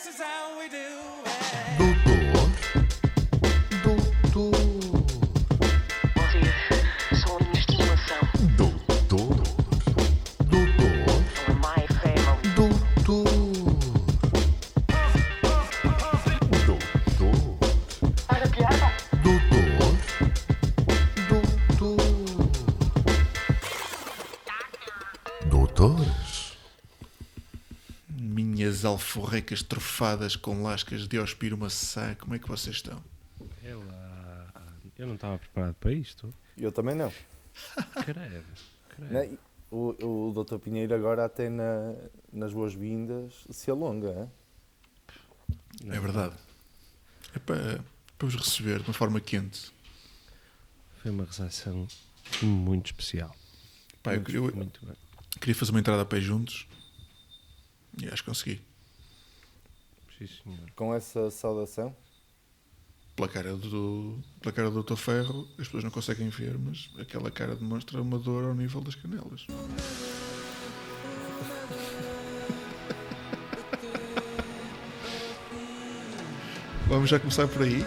This is how we do it. Doutor. Vocês são a minha estimação. Doutor. São my family. Doutor. Faz a piada? Doutores. Minhas alforrecas trofadas com lascas de Ospiro Maçã, como é que vocês estão? Eu não estava preparado para isto. Eu também não. Credo. Né? O Dr. Pinheiro agora até nas boas-vindas se alonga, hein? É verdade. É para vos receber de uma forma quente. Foi uma recepção muito especial. Pá, eu Muito bem. queria fazer uma entrada a pé juntos e acho que consegui. Sim, senhor. Com essa saudação. Pela cara do Dr. Ferro, as pessoas não conseguem ver, mas aquela cara demonstra uma dor ao nível das canelas. Vamos já começar por aí.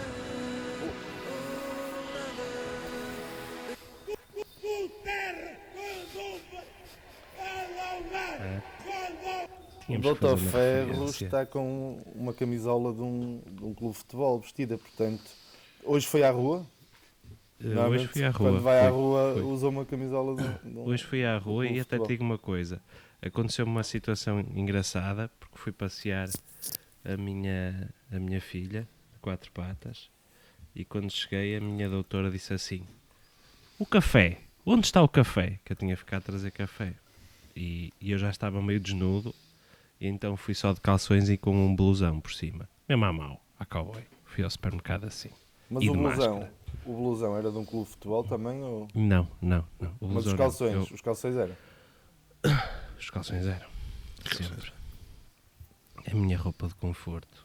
O Tínhamos que Dr. fazer uma Ferro referência. está com uma camisola de um clube de futebol vestida, portanto. Hoje foi à rua? Hoje Normalmente, fui à rua. Quando vai à Foi, rua, foi. usa uma camisola de um Hoje fui à rua clube e de até te futebol. digo uma coisa. Aconteceu-me uma situação engraçada porque fui passear a minha filha de 4 patas e quando cheguei a minha doutora disse assim: o café, onde está o café? Que eu tinha ficado a trazer café e eu já estava meio desnudo e então fui só de calções e com um blusão por cima, mesmo à mão, à cowboy. Fui ao supermercado assim. Mas E o de blusão, máscara. o blusão era de um clube de futebol também? Ou... Não. O Mas blusão os não. calções, os calções eram? Os calções eram. Sempre. É a minha roupa de conforto.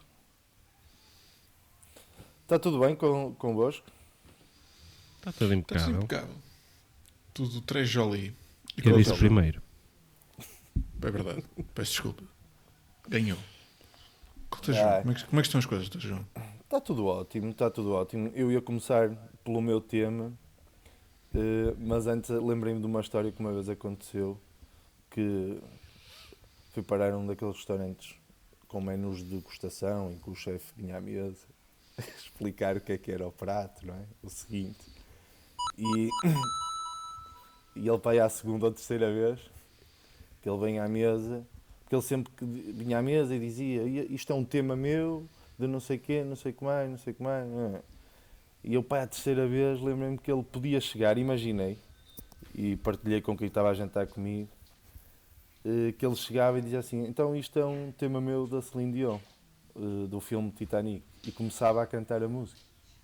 Está tudo bem convosco? Está tudo Está tudo impecável. impecável. Tudo três joli. E Eu com disse a- primeiro. É verdade. Peço desculpa. Ganhou. Dr. Ah. João, como é que estão as coisas, Dr. João? Está tudo ótimo, está tudo ótimo. Eu ia começar pelo meu tema, mas antes lembrei-me de uma história que uma vez aconteceu, que fui parar um daqueles restaurantes com menus de degustação, em que o chefe vinha à mesa explicar o que era o prato, não é? O seguinte. E ele para aí à segunda ou terceira vez que ele vem à mesa, porque ele sempre que vinha à mesa e dizia: isto é um tema meu, de não sei quê, não sei o que mais, não sei o que mais. E eu, pá, a terceira vez, lembrei-me que ele podia chegar, imaginei, e partilhei com quem estava a jantar comigo, que ele chegava e dizia assim: então isto é um tema meu da Celine Dion, do filme Titanic, e começava a cantar a música.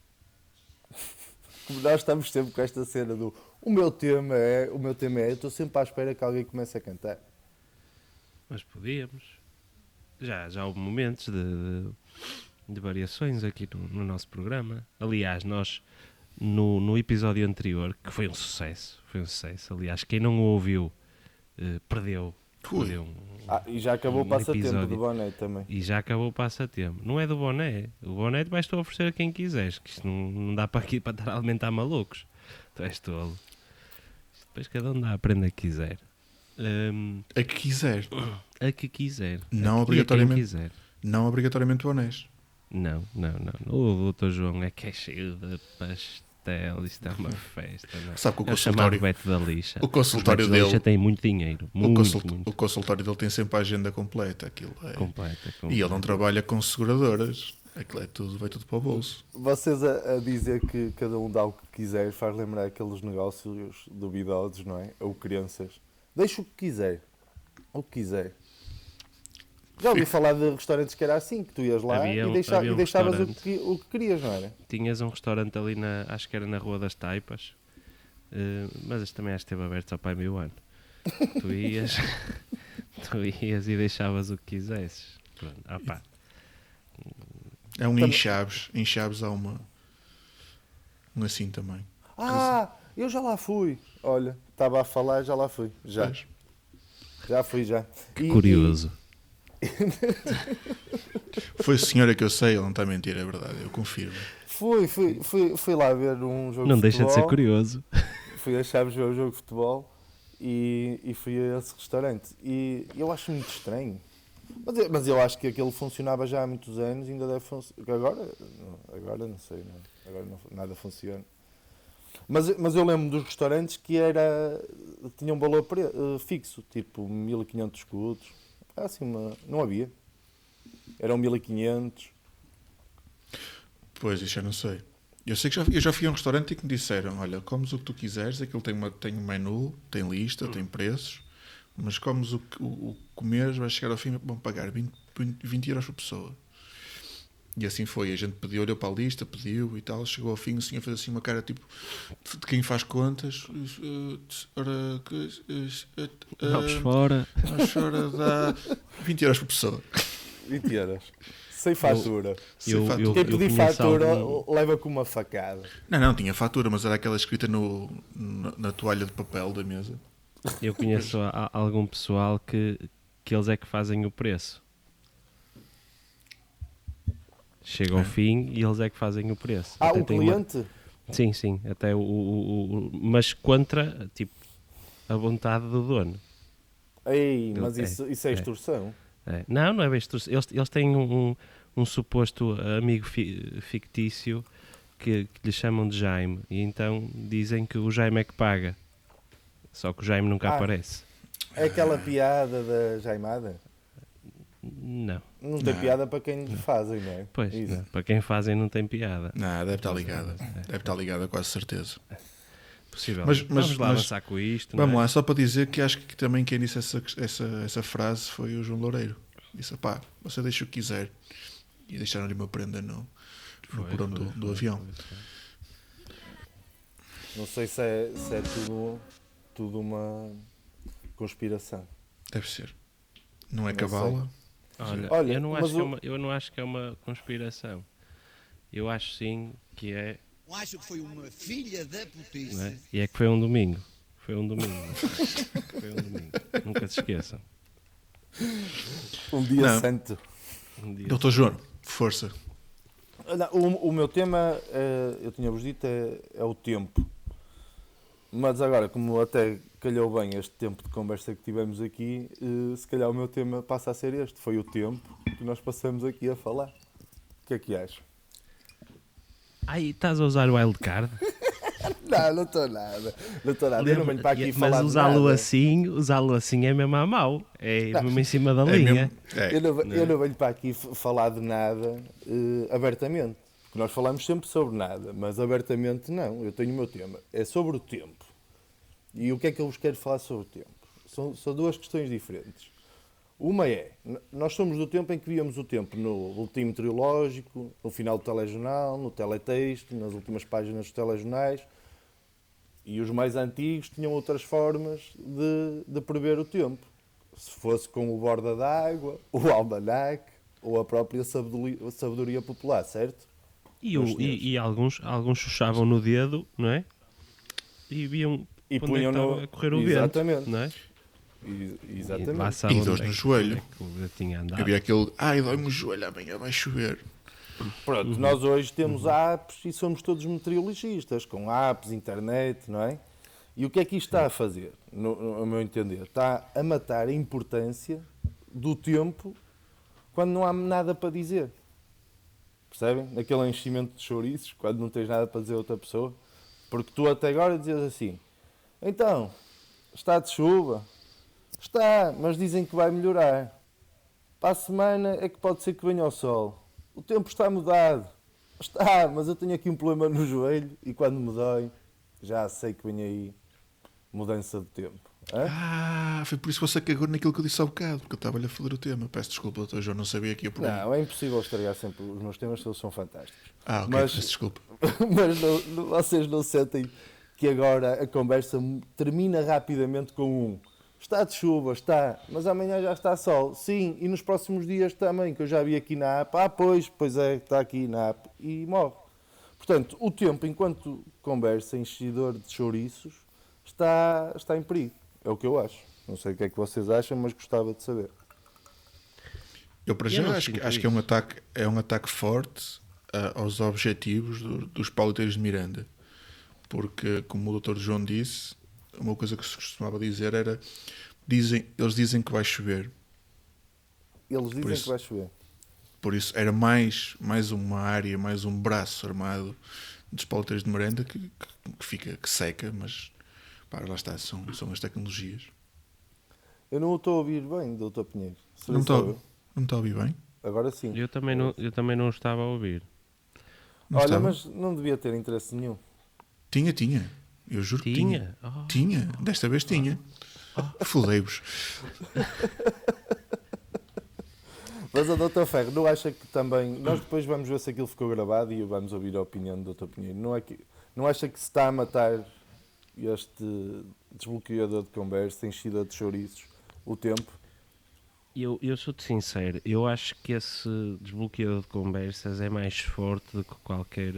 Como nós estamos sempre com esta cena do o meu tema é, eu estou sempre à espera que alguém comece a cantar. Mas podíamos. Já houve momentos de variações aqui no nosso programa. Aliás, nós no episódio anterior, que foi um sucesso. Aliás, quem não o ouviu perdeu. Ui. Perdeu E já acabou o passatempo episódio. do Boné também. E já acabou o passatempo. Não é do boné. O boné tu vais tu oferecer a quem quiseres. Que isto não dá para aqui para estar a alimentar malucos. Tu és tolo. Isto depois cada um dá a prenda que quiser. A que quiser. A que quiser. Não E a obrigatoriamente. quem quiser. Não obrigatoriamente bonés. Não. O Dr. João é que é cheio de pastel. Isto é uma festa. Não? Sabe que o É o chamado consultório, Beto da Lixa. o consultório Os Betos da dele- Lixa tem muito dinheiro. o, Muito, consult- muito. o consultório dele tem sempre a agenda completa. Aquilo é. Completa. E ele não trabalha com seguradoras. Aquilo é tudo, vai tudo para o bolso. Vocês a dizer que cada um dá o que quiser faz lembrar aqueles negócios duvidosos, não é? Ou crenças. Deixa o que quiser. O que quiser. Já ouvi falar de restaurantes que era assim, que tu ias lá Havia e um deixavas restaurante. o que querias, não era? Tinhas um restaurante ali acho que era na Rua das Taipas, mas este também acho que esteve aberto só para 1000 anos. Tu ias, e deixavas o que quisesses. Pronto. Pá. É um Também- em Chaves há um assim também. Eu já lá fui. Olha, estava a falar, já lá fui. Já. Pois. Já fui, já. Que curioso. Foi senhora que eu sei, ele não está a mentir, é verdade, eu confirmo. Fui lá ver um jogo Não de deixa de ser futebol. curioso. Fui a Chaves ver o jogo de futebol e fui a esse restaurante. E eu acho muito estranho. Mas eu acho que aquele funcionava já há muitos anos e ainda deve funcionar. Agora não sei, não. Agora nada funciona. Mas eu lembro dos restaurantes que tinham um valor fixo, tipo 1500 escudos. Assim, não havia. Eram 1500. Pois, isso já não sei. Eu sei que eu já fui a um restaurante e que me disseram: olha, comes o que tu quiseres, aquilo tem um menu, tem lista, tem preços, mas comes o que comeres, vais chegar ao fim e vão pagar 20 euros por pessoa. E assim foi, a gente pediu, olhou para a lista, pediu e tal, chegou ao fim, o senhor fez assim uma cara tipo de quem faz contas. Vamos fora. Ora dá 20 euros por pessoa. 20 euros. Sem fatura. Sem fatura. Quem pedir conheço fatura algum- leva com uma facada. Não, tinha fatura, mas era aquela escrita na toalha de papel da mesa. Eu conheço algum pessoal que eles é que fazem o preço. Chega ao fim e eles é que fazem o preço. Até O tem uma- cliente? Sim, até mas contra, tipo, a vontade do dono. Ei, mas É, isso é extorsão. É. Não é bem extorsão. Eles têm um suposto amigo fictício que lhe chamam de Jaime e então dizem que o Jaime é que paga. Só que o Jaime nunca aparece. É aquela piada da Jaimada? Não. Não tem Não. piada para quem lhe fazem, não é? Pois, Isso. não. Para quem fazem não tem piada. Não, deve estar ligada. Deve estar ligada, quase certeza. Possível. Mas- Vamos lá mas- avançar com isto. Vamos não é? lá, só para dizer que acho que também quem disse essa frase foi o João Loureiro. Disse: pá, você deixa o que quiser. E deixaram-lhe uma prenda no porão do avião. Não sei se é tudo uma conspiração. Deve ser. Não é Não cavala? Olha, eu, não mas eu não acho que é uma conspiração. Eu acho sim que é, Eu acho que foi uma filha da putice. não é? E é que foi um domingo. Foi um domingo. Foi um domingo. Nunca se esqueçam. Um dia Não. santo. Um dia. Doutor João, força. Olha, o meu tema, eu tinha-vos dito, é o tempo. Mas agora, como até calhou bem este tempo de conversa que tivemos aqui, se calhar o meu tema passa a ser este. Foi o tempo que nós passamos aqui a falar. O que é que achas? Ai, estás a usar o wildcard? Não estou nada. Não estou nada. Eu não venho para aqui falar Mas de usá-lo assim é mesmo a mau. É mesmo em cima da É linha. mesmo? É. Eu não venho para aqui falar de nada abertamente. Porque nós falamos sempre sobre nada, mas abertamente não. Eu tenho o meu tema. É sobre o tempo. E o que é que eu vos quero falar sobre o tempo? São duas questões diferentes. Uma é, nós somos do tempo em que víamos o tempo no boletim meteorológico, no final do telejornal, no teletexto, nas últimas páginas dos telejornais. E os mais antigos tinham outras formas de prever o tempo. Se fosse com o borda d'água, o almanaque ou a própria sabedoria popular, certo? E alguns chuchavam no dedo, não é? E viam E onde é que punham estava no- a correr o Exatamente. vento, não é? E- E lá exatamente. sabe E dores onde é no que- joelho. onde é que o dedo tinha andado. Havia aquele: ai, dói-me o joelho, amanhã vai chover. Pronto, nós hoje temos apps e somos todos meteorologistas, com apps, internet, não é? E o que é que isto está a fazer, no meu entender? Está a matar a importância do tempo quando não há nada para dizer. Percebem? Naquele enchimento de chouriços, quando não tens nada para dizer a outra pessoa. Porque tu até agora dizias assim, então, está de chuva? Está, mas dizem que vai melhorar. Para a semana é que pode ser que venha o sol. O tempo está mudado. Está, mas eu tenho aqui um problema no joelho e quando me dói, já sei que vem aí mudança de tempo. Hã? Ah, foi por isso que você cagou naquilo que eu disse há bocado, porque eu estava-lhe a foder o tema. Peço desculpa, doutor João, não sabia que ia por aí. Não, é impossível estragar sempre os meus temas, eles são fantásticos. Ah, ok, mas- peço desculpa. Mas vocês não sentem que agora a conversa termina rapidamente com um está de chuva, está, mas amanhã já está sol. Sim, e nos próximos dias também, que eu já vi aqui na app. Ah, pois é, está aqui na app. E morre. Portanto, o tempo, enquanto conversa, enchedor de chouriços, está em perigo. É o que eu acho. Não sei o que é que vocês acham, mas gostava de saber. Eu para Eu já não acho sinto que é um ataque forte aos objetivos dos pauliteiros de Miranda. Porque, como o Dr. João disse, uma coisa que se costumava dizer era eles dizem que vai chover. Eles dizem isso- que vai chover. Por isso era mais uma área, mais um braço armado dos pauliteiros de Miranda que seca, mas pá, lá está, são as tecnologias. Eu não o estou a ouvir bem, Dr. Pinheiro. Serei Não só está eu? a ouvir bem? Agora sim. Eu também não estava a ouvir. Não Olha, estava? mas não devia ter interesse nenhum. Tinha. Eu juro que tinha. Tinha? Oh. Tinha. Desta vez tinha. Fudei-vos. Mas a Dr. Ferro, não acha que também... Nós depois vamos ver se aquilo ficou gravado e vamos ouvir a opinião do Dr. Pinheiro. Não acha que se está a matar este desbloqueador de conversa, enchida de chouriços, o tempo? Eu sou-te sincero, eu acho que esse desbloqueador de conversas é mais forte do que qualquer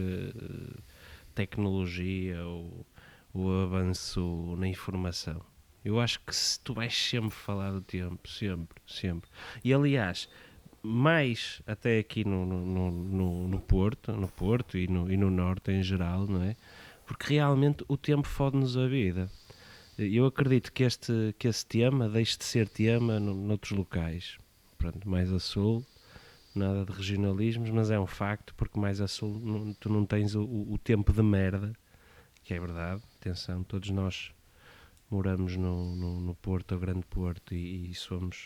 tecnologia ou avanço na informação. Eu acho que se tu vais sempre falar do tempo, sempre. E aliás, mais até aqui no Porto e no Norte em geral, não é? Porque realmente o tempo fode-nos a vida. Eu acredito que esse tema deixe de ser tema noutros locais. Pronto, mais a sul, nada de regionalismos, mas é um facto, porque mais a sul tu não tens o tempo de merda, que é verdade. Atenção, todos nós moramos no Porto, o Grande Porto, e somos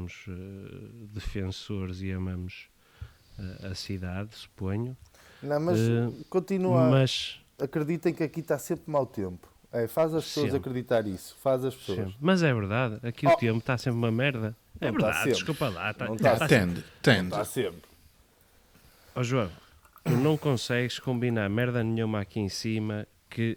defensores e amamos a cidade, suponho. Não, mas continua... Mas... Acreditem que aqui está sempre mau tempo. Faz as pessoas Sempre. acreditar isso. Faz as pessoas. Sempre. Mas é verdade, aqui o tempo está sempre uma merda. É Não está verdade, sempre. desculpa lá. Não está Tende. Está sempre. Ó João, tu não consegues combinar merda nenhuma aqui em cima que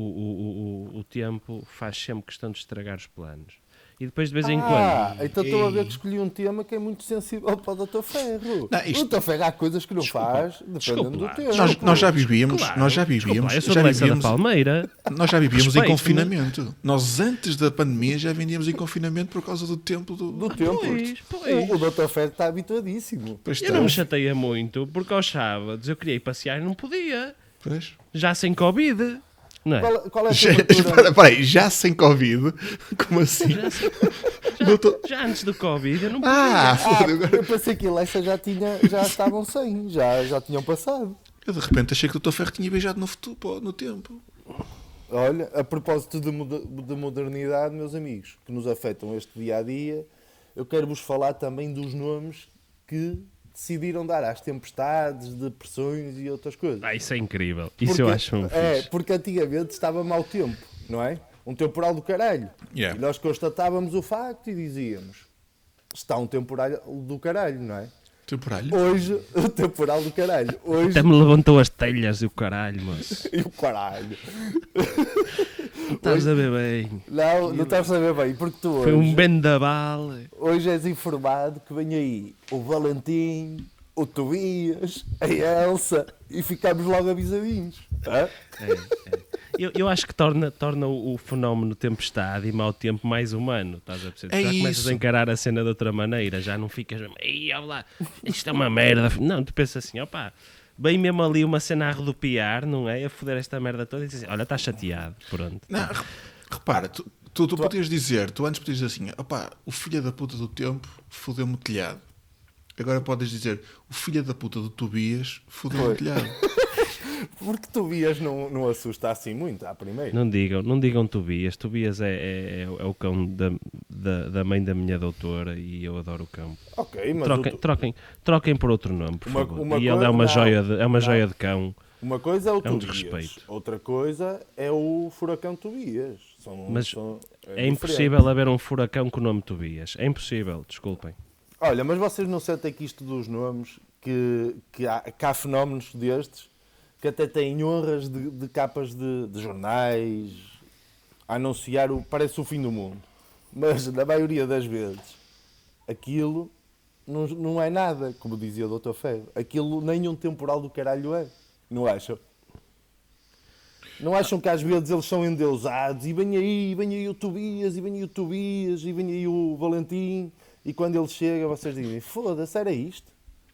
o tempo faz sempre questão de estragar os planos. E depois de vez em quando... Então estou a ver que escolhi um tema que é muito sensível para o Dr. Ferro. Não, isto- O Dr. Ferro há coisas que não faz, dependendo do lá, tempo. Nós já vivíamos, Claro, nós já desculpa vivíamos, lá, eu sou já de Leça da vivíamos, Palmeira. nós já vivíamos em Respeito-me. confinamento. Nós antes da pandemia já vendíamos em confinamento por causa do tempo Do tempo. Pois. O Dr. Ferro está habituadíssimo. Pois Eu está. não me chateia muito, porque aos sábados eu queria ir passear e não podia. Pois. Já sem Covid. Não é? Qual é a Já, temperatura? espera aí, já sem Covid? Como assim? Já antes do Covid eu não podia. Ah, foda agora. Eu pensei que em Leça já estavam sem, já tinham passado. Eu de repente achei que o Dr. Ferro tinha beijado no futuro, no tempo. Olha, a propósito de modernidade, meus amigos, que nos afetam este dia-a-dia, eu quero vos falar também dos nomes que decidiram dar às tempestades, depressões e outras coisas. Isso é incrível. Isso eu acho um fixe. Porque antigamente estava mau tempo, não é? Um temporal do caralho. Yeah. E nós constatávamos o facto e dizíamos: está um temporal do caralho, não é? Temporalho? Hoje, o temporal do caralho. Hoje, Até me levantou as telhas e o caralho, moço. e o caralho. Estás a ver bem. Não estás a ver bem, porque tu Foi um hoje, vendaval. hoje és informado que vem aí o Valentim, o Tobias, a Elsa e ficamos logo avisadinhos. Hã? Eu acho que torna o fenómeno tempestade e mau tempo mais humano. Estás a perceber? É Já começas isso. a encarar a cena de outra maneira. Já não ficas, ei, olha lá, isto é uma merda. Não, tu pensas assim, opá, bem mesmo ali uma cena a rodopiar, não é? A foder esta merda toda e dizes assim, olha, estás chateado. Pronto. Não, repara, tu podias dizer, tu antes podias dizer assim, opá, o filho da puta do tempo fodeu-me o telhado. Agora podes dizer, o filho da puta do Tobias fodeu-me o telhado. Porque Tobias não assusta assim muito à primeira. Não digam Tobias. Tobias é o cão da mãe da minha doutora e eu adoro o cão. Ok, mas Troquem por outro nome, por favor. uma E ele coisa- é uma não, joia não. joia de cão. uma coisa é o É um Tobias, desrespeito. outra coisa é o furacão Tobias. Mas é diferente. impossível haver um furacão com o nome Tobias. É impossível, desculpem. Olha, mas vocês não sentem que isto dos nomes, que há fenómenos destes que até têm honras de capas de jornais a anunciar parece o fim do mundo. Mas na maioria das vezes aquilo não é nada, como dizia o Dr. Ferro. Aquilo nem um temporal do caralho é. Não acham? Não acham que às vezes eles são endeusados e vem aí o Tobias, e vem aí o Valentim, e quando ele chega vocês dizem, foda-se, era isto?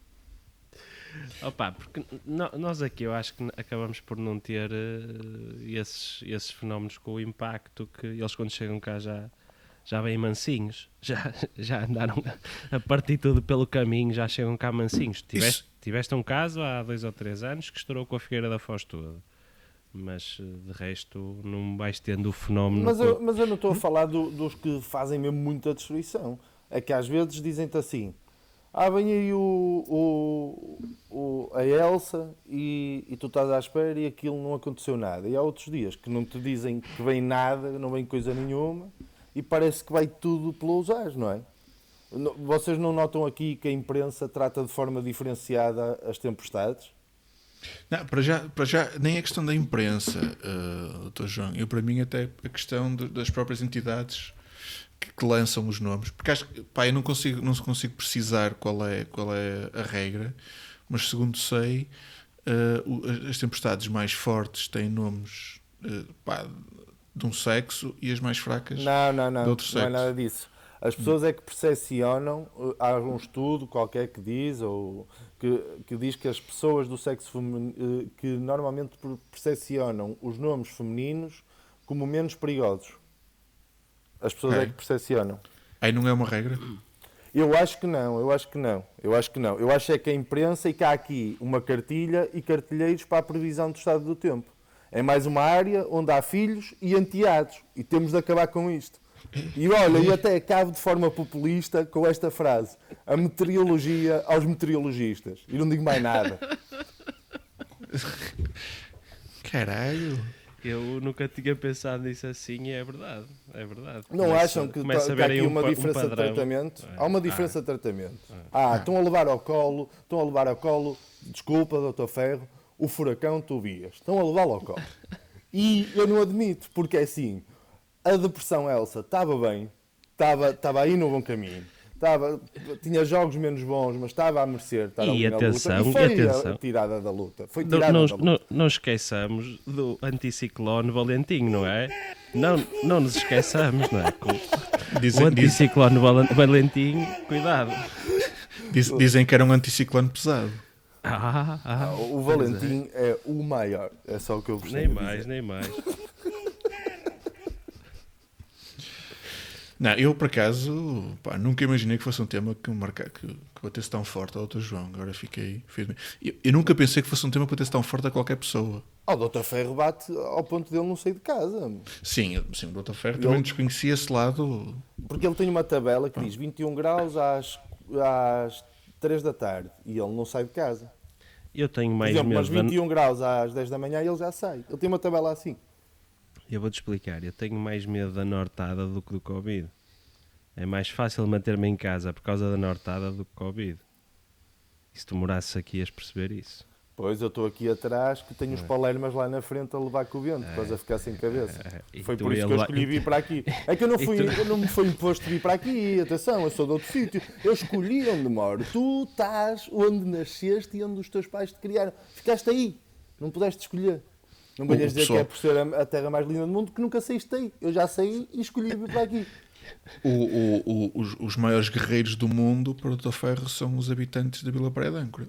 Opa, porque nós aqui eu acho que acabamos por não ter esses fenómenos com o impacto que eles quando chegam cá já vêm mansinhos, já andaram a partir tudo pelo caminho, já chegam cá mansinhos. Tiveste um caso há 2 ou 3 anos que estourou com a Figueira da Foz toda, mas de resto não vais tendo o fenómeno. Mas eu não estou a falar dos que fazem mesmo muita destruição. É que às vezes dizem-te assim, vem aí a Elsa e tu estás à espera e aquilo não aconteceu nada. E há outros dias que não te dizem que vem nada, não vem coisa nenhuma e parece que vai tudo pelos ares, não é? Vocês não notam aqui que a imprensa trata de forma diferenciada as tempestades? Não, para já nem é questão da imprensa, Dr. João. Para mim até a questão das próprias entidades que lançam os nomes, porque acho que eu não consigo precisar qual é a regra, mas segundo sei, as tempestades mais fortes têm nomes de um sexo e as mais fracas de outro sexo. Não é nada disso. As pessoas é que percepcionam, há um estudo qualquer que diz, ou que diz que as pessoas do sexo feminino, que normalmente percepcionam os nomes femininos como menos perigosos. As pessoas é que percepcionam. Aí não é uma regra? Eu acho que não. Eu acho é que a imprensa e que há aqui uma cartilha e cartilheiros para a previsão do estado do tempo. É mais uma área onde há filhos e enteados. E temos de acabar com isto. E olha, e até acabo de forma populista com esta frase. A meteorologia aos meteorologistas. E não digo mais nada. Caralho. Eu nunca tinha pensado nisso assim e é verdade. Não acham que há aqui uma diferença de tratamento? Há uma diferença de tratamento. Estão a levar ao colo, desculpa, Dr. Ferro, o furacão tu vias. Estão a levá-lo ao colo. E eu não admito, porque é assim, a depressão Elsa estava bem, estava aí no bom caminho. Tinha jogos menos bons, mas estava a merecer estar ali na luta. E foi tirada da luta. Não esqueçamos do anticiclone Valentim, não é? Não nos esqueçamos, não é? O anticiclone Valentim, cuidado. Dizem que era um anticiclone pesado. O Valentim é o maior. É só o que eu gostei de dizer. Nem mais. Não, eu por acaso nunca imaginei que fosse um tema que batesse tão forte ao Dr. João. Agora fiquei. Eu nunca pensei que fosse um tema que batesse tão forte a qualquer pessoa. O Dr. Ferro bate ao ponto dele não sair de casa. Sim, o Dr. Ferro também desconhecia esse lado. Porque ele tem uma tabela que diz 21 graus às 3 da tarde e ele não sai de casa. Eu tenho mais medo. Mas 21 de... graus às 10 da manhã ele já sai. Ele tem uma tabela assim. Eu vou-te explicar. Eu tenho mais medo da nortada do que do Covid. É mais fácil manter-me em casa por causa da nortada do que Covid. E se tu morasses aqui ias perceber isso. Pois, eu estou aqui atrás que tenho os palermas lá na frente a levar com o vento, depois a ficar sem cabeça. Foi por isso que eu escolhi vir para aqui. É que eu não me foi imposto vir para aqui, atenção, eu sou de outro sítio. Eu escolhi onde moro. Tu estás onde nasceste e onde os teus pais te criaram. Ficaste aí, não pudeste escolher. Não venhas dizer que é por ser a terra mais linda do mundo que nunca saíste daí. Eu já saí e escolhi vir para aqui. Os maiores guerreiros do mundo para o Dr. Ferro são os habitantes da Vila Praia de Âncora.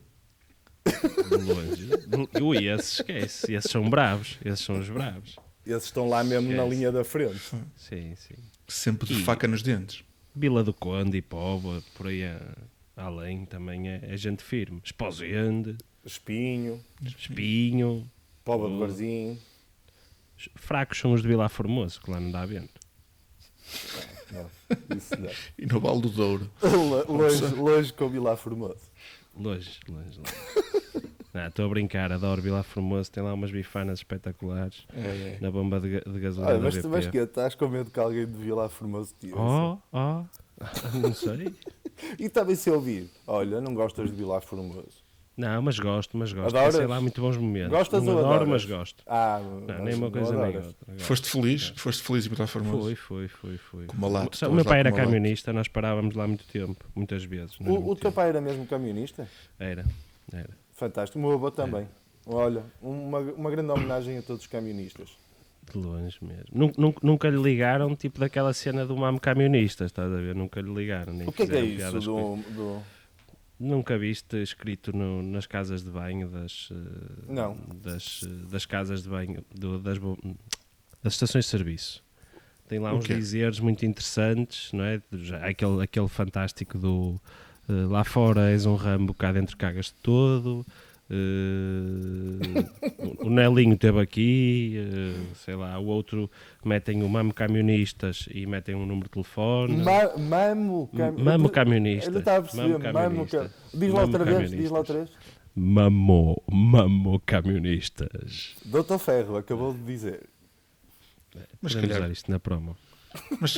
Ui, esses esquece. Esses são bravos. Esses são os bravos. Esses estão lá mesmo na linha da frente. Sim. Sempre de faca nos dentes. Vila do Conde e Póvoa, por aí além também é gente firme. Esposende. Espinho. Póvoa de Varzim. Fracos são os de Vila Formoso, que lá não dá vento. Não, isso não. E no Val do Douro. Longe com o Vila Formoso. Longe. Não, estou a brincar, adoro Vila Formoso, tem lá umas bifanas espetaculares na bomba de gasolina. Mas que estás com medo que alguém de Vila Formoso tire? Não sei. E também se ouvir, olha, não gostas de Vila Formoso? Não, mas gosto. Adoras? Sei lá, muito bons momentos. Gostas não ou adoro, adoras? mas gosto. Não, nem uma coisa nem outra. Foste feliz em Vila Formoso? Foi. Com uma lata. O meu pai era camionista, nós parávamos lá muito tempo, muitas vezes. O teu pai era mesmo camionista? Era. Fantástico. O meu avô também. Olha, uma grande homenagem a todos os camionistas. De longe mesmo. Nunca lhe ligaram, tipo daquela cena do mamo camionista, estás a ver? Nunca lhe ligaram. Nem O que é fizeram isso piadas com do... Nunca viste escrito nas casas de banho Não. das casas de banho, das estações de serviço. Tem lá uns quê? dizeres muito interessantes, não é? Já, aquele fantástico do lá fora és um Rambo, cá dentro cagas-te todo. O Nelinho esteve aqui, sei lá, o outro metem o Mamo Camionistas e metem um número de telefone. Mamo Camionistas. Eu não estava a perceber. Diz lá outra vez. Mamo Camionistas. Doutor Ferro acabou de dizer. Mas Podemos calhar- usar isto na promo. Mas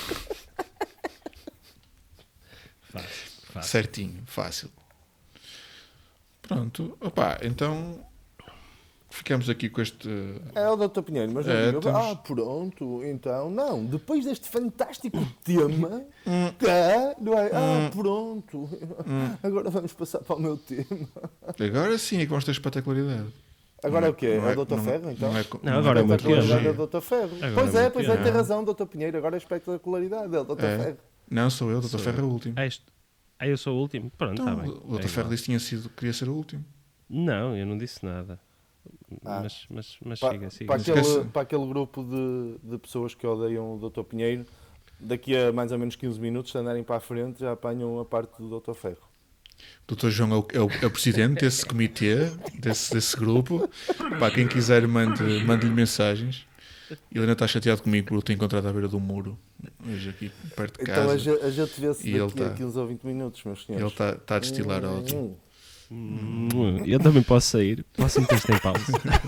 Fácil. certinho, fácil. Pronto, opá, então ficamos aqui com este. É o Doutor Pinheiro, mas não diga, temos- pronto, então, não, depois deste fantástico tema, cá, não é? Pronto, agora vamos passar para o meu tema. Agora sim é que vamos ter espetacularidade. Agora Não é o quê? não É o Doutor Ferro, então? Não, agora é o meu Espetacularidade tema. é o Doutor Ferro. Agora Pois é o é, meu pois é, tema. tem razão, Doutor Pinheiro, agora é espetacularidade, é o Doutor É. Ferro. Não, sou eu, Dr. Ferro é o último. Eu sou o último? Pronto, Então, está bem. o Dr. É Ferro igual. disse que queria ser o último. Não, eu não disse nada. Ah. Mas Para, siga. para, Esquece. aquele, para aquele grupo de pessoas que odeiam o Doutor Pinheiro, daqui a mais ou menos 15 minutos, se andarem para a frente, já apanham a parte do Doutor Ferro. O Dr. João é o presidente desse comitê, desse grupo. Para quem quiser, mande-lhe mensagens. Ele ainda está chateado comigo por eu ter encontrado à beira do muro, hoje aqui perto de casa. Então a gente vê-se E ele daqui a tá- 15 ou 20 minutos, meus senhores. Ele está a destilar ódio. Eu também posso sair. Posso meter isto em pausa.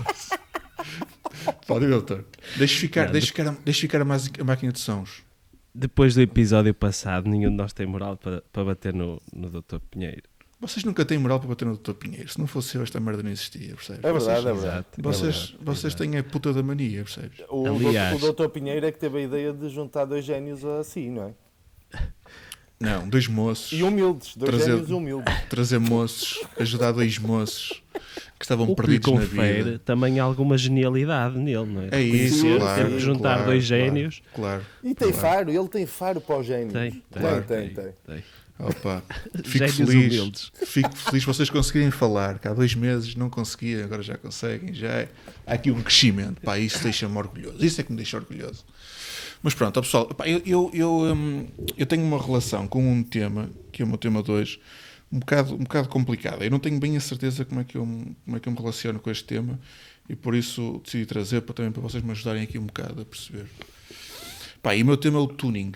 Pode, doutor. Deixe ficar, Não, deixe ficar a máquina de sons. Depois do episódio passado, nenhum de nós tem moral para bater no Dr. Pinheiro. Vocês nunca têm moral para bater no Dr. Pinheiro. Se não fosse eu, esta merda não existia, percebes? É verdade, é Exato. verdade. Vocês têm a puta da mania, percebes? Aliás- O Doutor Pinheiro é que teve a ideia de juntar dois génios assim, não é? Não, dois moços. E humildes, dois Trazer- génios humildes. Trazer moços, ajudar dois moços que estavam O que lhe perdidos na confere vida. também alguma genialidade nele, não é? É isso, Reconhecer, claro. teve que juntar claro, dois claro, génios. Claro. E tem faro, ele tem faro para os génios. Tem. Tem. Opa, fico Génios feliz. humildes. Fico feliz vocês conseguirem falar. Que há 2 meses não conseguiam, agora já conseguem. Há aqui um crescimento. Pá, isso deixa-me orgulhoso. Isso é que me deixa orgulhoso. Mas pronto, ó, pessoal, pá, eu tenho uma relação com um tema, que é o meu tema de hoje, um bocado complicado. Eu não tenho bem a certeza como é que eu me relaciono com este tema e por isso decidi trazer também para vocês me ajudarem aqui um bocado a perceber. Pá, e o meu tema é o tuning.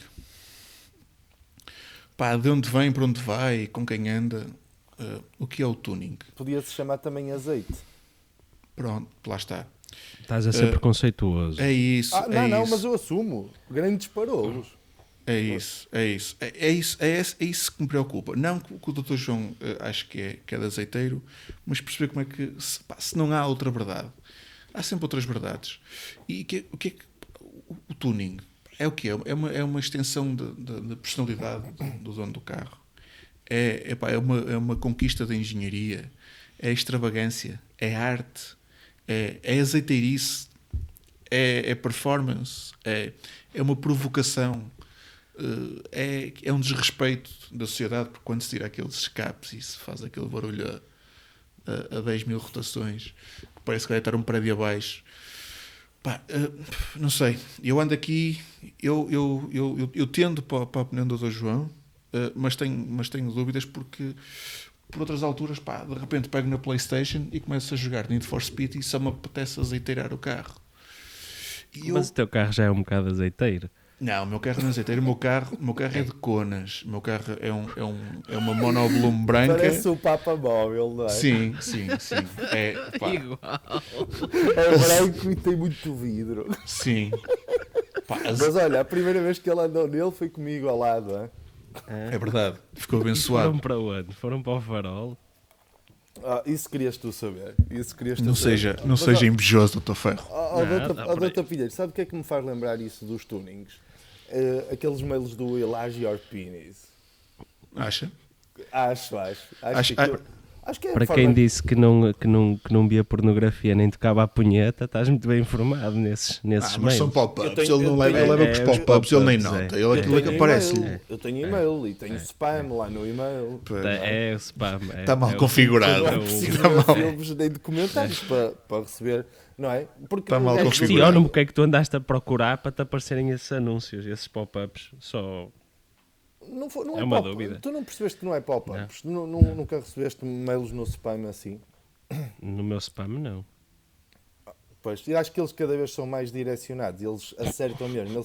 Pá, de onde vem, para onde vai, com quem anda, o que é o tuning? Podia-se chamar também azeite. Pronto, lá está. Estás a ser preconceituoso. É isso, Não, isso. mas eu assumo. Grandes parolos. É isso que me preocupa. Não que o Dr. João acho que é de azeiteiro, mas perceber como é que, se não há outra verdade, há sempre outras verdades. E o que é que o tuning é o quê? É uma extensão da personalidade do dono do carro. É uma conquista da engenharia, é extravagância, é arte, é azeiteirice, é performance, é uma provocação. É um desrespeito da sociedade, porque quando se tira aqueles escapes e se faz aquele barulho a 10 mil rotações, que parece que vai estar um prédio abaixo. Pá, não sei, eu ando aqui, eu tendo para a opinião do Dr. João, mas tenho dúvidas porque por outras alturas, pá, de repente pego na PlayStation e começo a jogar Need for Speed e só me apetece azeiteirar o carro. E Mas o teu carro já é um bocado azeiteiro. Não, o meu carro não é azeiteiro, o meu carro é de conas. O meu carro é uma monobloom branca. Parece o Papa Móvel, não é? Sim. Pá, É branco e tem muito vidro. sim. Pá, Mas olha, a primeira vez que ele andou nele foi comigo ao lado, não é? é verdade, ficou Foram abençoado. para onde? Foram para o farol? Isso querias tu saber. Não seja invejoso, Dr. Ferro. Doutor Pinheiro, sabe o que é que me faz lembrar isso dos tunings? Aqueles mails do Enlarge Your Penis. Acha? Acho Acho- que Acho que é a Para forma quem disse que não via pornografia nem tocava a punheta, estás muito bem informado nesses Mas meios. são Eu pop-ups, tenho- ele não eu leva, tenho- ele leva com os os pop-ups, ele nem pop-ups, nota. é. Ele Eu aquilo é que tenho aparece. e-mail, eu tenho e-mail e tenho spam lá no e-mail. É o spam. Está mal o- configurado. Não é o- preciso Está ver mal. filmes nem documentários para receber, não é? Porque Está mal é que- configurado. Questiono-me o que é que tu andaste a procurar para te aparecerem esses anúncios, esses pop-ups. Só Não, não É uma pop- dúvida. Tu não percebeste que não é pop-ups? Nunca recebeste mails no spam assim? no meu spam, não. Pois, e acho que eles cada vez são mais direcionados, eles acertam mesmo.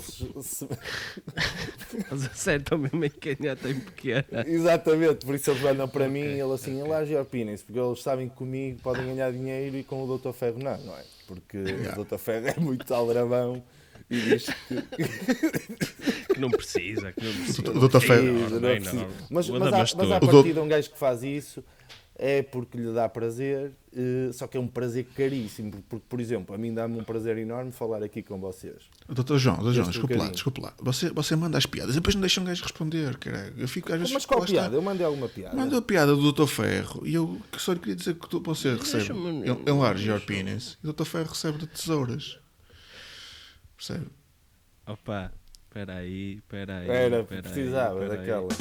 Eles acertam mesmo em quem já tem pequena. Exatamente, por isso eles mandam para mim e ele assim, enlarge your penis, porque eles sabem que comigo podem ganhar dinheiro e com o Dr. Ferro não é? Porque o Dr. Ferro é muito aldrabão e diz que Que não precisa, que não precisa. O Dr. Ferro- precisa, não é Enorme, preciso. Mas, enorme. mas, Mas mas à O partida um gajo que faz isso é porque lhe dá prazer, só que é um prazer caríssimo, porque, por exemplo, a mim dá-me um prazer enorme falar aqui com vocês. Dr. João, Este desculpe lá. Você manda as piadas e depois não deixa um gajo responder, caralho. Eu fico às vezes. Mas qual lá está. piada? Eu mandei alguma piada. Manda a piada do Dr. Ferro e eu só lhe queria dizer que você recebe Deixa-me- enlarge your penis e o Dr. Ferro recebe de tesouras. Percebe? Opa, espera aí. Precisava daquela.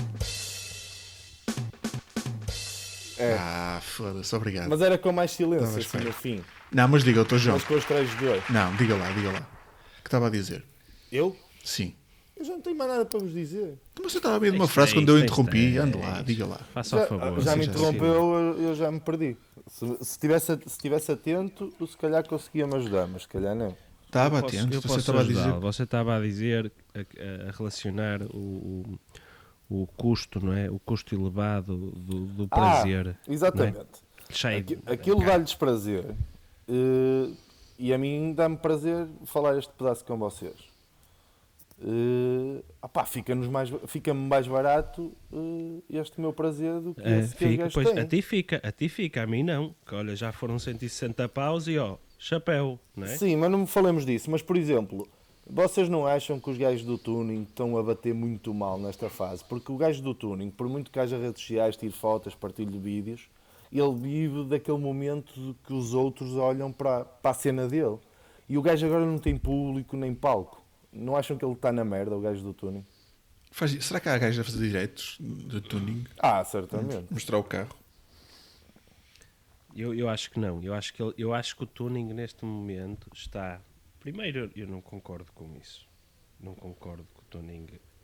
Ah, foda-se, obrigado. Mas era com mais silêncio, Não, mas assim, no espera. fim. Não, mas diga, Dr. João. Mas com os três de dois. Não, diga lá. O que estava a dizer? Eu? Sim. Eu já não tenho mais nada para vos dizer. Então você estava a meio de uma Isto frase é quando eu isto, interrompi. isto é Ande lá, isto. diga lá. Faça o favor. Já me sim, interrompeu, eu já me perdi. Se tivesse atento, eu se calhar conseguia-me ajudar, mas se calhar não. Estava Eu posso- atento, eu você posso estava a dizer. ajudá-lo. Você estava a dizer, a relacionar o custo, não é? O custo elevado do prazer. Exatamente. Cheio. Aquilo dá-lhes prazer. E a mim dá-me prazer falar este pedaço com vocês. Fica-me mais barato este meu prazer do que esse que os Fica, gajos pois, têm. a ti fica, a mim não. Que olha, já foram 160 paus e ó, chapéu, não é? Sim, mas não falemos disso. Mas, por exemplo, vocês não acham que os gajos do tuning estão a bater muito mal nesta fase? Porque o gajo do tuning, por muito que haja redes sociais, tire fotos, partilhe vídeos, ele vive daquele momento que os outros olham para a cena dele. E o gajo agora não tem público nem palco. Não acham que ele está na merda, o gajo do tuning? Será que há gajos a fazer direitos de tuning? Certamente. Mostrar o carro? Eu acho que não. Eu acho que o tuning neste momento está. Primeiro, eu não concordo com isso. Não concordo que o tuning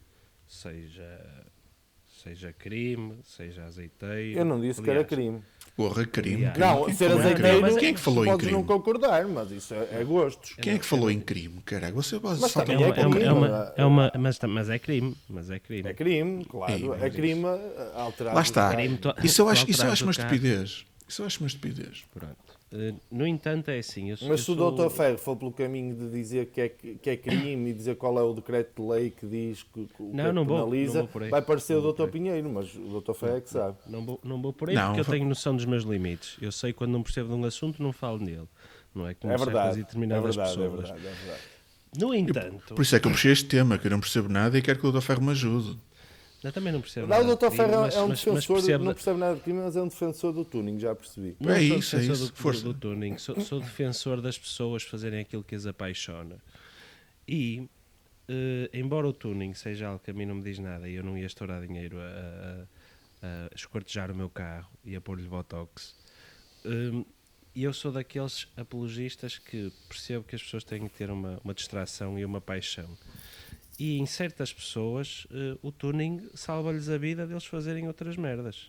seja crime, seja azeiteiro. Eu não disse que era Aliás, crime. Porra, crime. Aliás. Não, Quem ser falou em crime? azeiteiro, Quem é que falou em podes não crime? concordar, mas isso é gostos. Quem é que falou em crime, caralho? Você Mas só também tem é uma- crime. mas é crime. Mas é crime. É crime, claro. Ei, É crime alterado. Lá está. Crime, Isso eu tu acho alteras uma o carro. estupidez. Isso eu acho uma estupidez. Pronto. No entanto, é assim. Mas se o Dr. Ferro for pelo caminho de dizer que é crime e dizer qual é o decreto de lei que diz que o que é que não vou penaliza, por aí. vai parecer Não o vou Dr. por aí. Pinheiro, mas o Dr. Ferro é que sabe. Não vou por aí Não, porque eu vai- tenho noção dos meus limites. Eu sei quando não percebo de um assunto, não falo nele. Não é? Como É certas verdade, e é determinadas verdade, é pessoas. verdade, é verdade. No entanto, Por isso é que eu puxei este tema, que eu não percebo nada e quero que o Dr. Ferro me ajude. eu também não percebo Não, nada. o Dr. de Ferro crime, é um mas defensor, percebo- não percebe nada de crime, mas é um defensor do tuning, já percebi. Não É sou isso, defensor força. do tuning. Sou defensor das pessoas fazerem aquilo que as apaixona. E, embora o tuning seja algo que a mim não me diz nada e eu não ia estourar dinheiro a esquartejar o meu carro e a pôr-lhe botox, eu sou daqueles apologistas que percebo que as pessoas têm que ter uma distração e uma paixão. E em certas pessoas o tuning salva-lhes a vida deles fazerem outras merdas.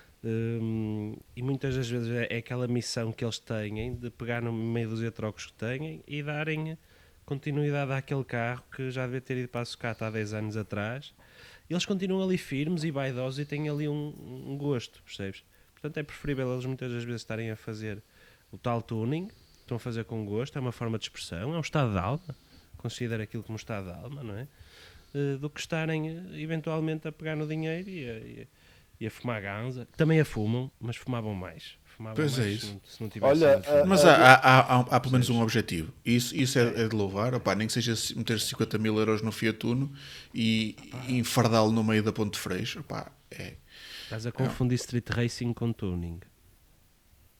E muitas das vezes é aquela missão que eles têm de pegar no meio dos trocos que têm e darem continuidade àquele carro que já devia ter ido para a sucata há 10 anos atrás. Eles continuam ali firmes e vaidosos e têm ali um gosto, percebes? Portanto é preferível eles muitas das vezes estarem a fazer o tal tuning, estão a fazer com gosto, é uma forma de expressão, é um estado de alma, considero aquilo como um estado de alma, não é? Do que estarem eventualmente a pegar no dinheiro e a fumar ganza. Também a fumam, mas fumavam mais. Fumavam Pois é mais isso. se não tivessem Olha, de fumar. Mas há pelo menos um objetivo. Isso é de louvar. Opá, nem que seja meter 50 mil euros no Fiat Uno e enfardá-lo no meio da Ponte de Freixo. Opá, é. Estás a confundir street racing com tuning.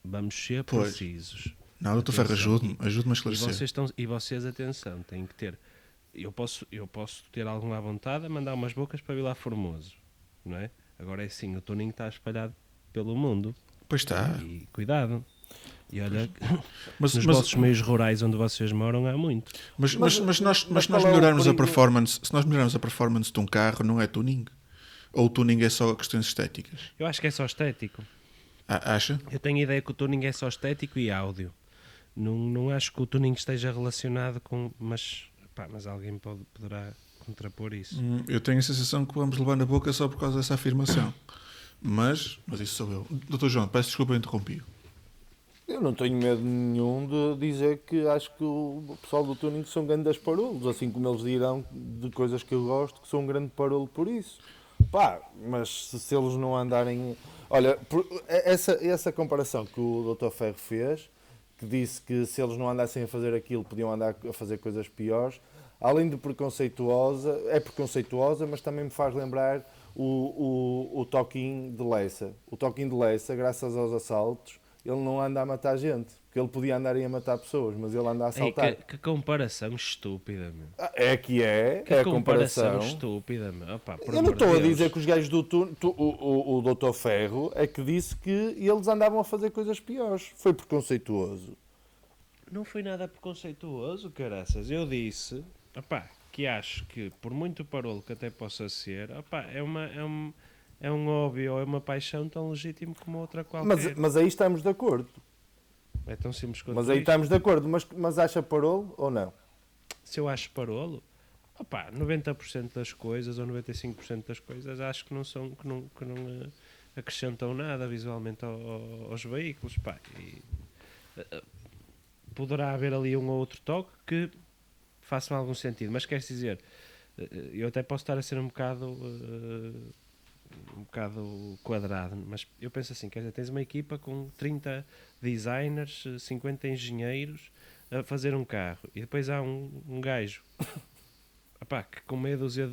Vamos ser Pois. precisos. Não, doutor Ferro, Atenção. ajude-me a E esclarecer. vocês, atenção, têm que ter. Eu posso ter alguma vontade a mandar umas bocas para Vilar Formoso, não é? Agora é assim, o tuning está espalhado pelo mundo. Pois está. E cuidado. E olha, Mas, nos mas, vossos meios rurais onde vocês moram há muito. mas, mas, mas nós, mas se nós qual é o melhorarmos a perigo? performance, se nós melhorarmos a performance de um carro, não é tuning? Ou o tuning é só questões estéticas? Eu acho que é só estético. Acha? Eu tenho a ideia que o tuning é só estético e áudio. Não acho que o tuning esteja relacionado com... Mas alguém poderá contrapor isso. Eu tenho a sensação que vamos levar na boca só por causa dessa afirmação. Mas isso sou eu. Doutor João, peço desculpa, eu interrompi-o. Eu não tenho medo nenhum de dizer que acho que o pessoal do tuning são grandes parolos, assim como eles dirão de coisas que eu gosto, que sou um grande parolo por isso. Pá, mas se eles não andarem... Olha, essa comparação que o Dr. Ferro fez, que disse que se eles não andassem a fazer aquilo, podiam andar a fazer coisas piores, além de preconceituosa, mas também me faz lembrar o Toquinho de Leça. O Toquinho de Leça, graças aos assaltos, ele não anda a matar gente, porque ele podia andar a matar pessoas, mas ele anda a assaltar. Que comparação estúpida, meu. É Que a comparação. estúpida, meu. Opa, por Eu não amor de estou a Deus. dizer que os gajos do o Dr. Ferro é que disse que eles andavam a fazer coisas piores. Foi preconceituoso. Não foi nada preconceituoso, caraças. Eu disse, que acho que, por muito parolo que até possa ser, é um hobby ou é uma paixão tão legítimo como outra qualquer. Mas aí estamos de acordo. É tão simples quanto Mas aí isto. estamos de acordo. Mas acha parolo ou não? Se eu acho parolo, 90% das coisas ou 95% das coisas acho que não acrescentam nada visualmente aos veículos. Poderá haver ali um ou outro toque que faça algum sentido, mas quer dizer, eu até posso estar a ser um bocado quadrado, mas eu penso assim, quer dizer, tens uma equipa com 30 designers, 50 engenheiros a fazer um carro e depois há um gajo que com meia dúzia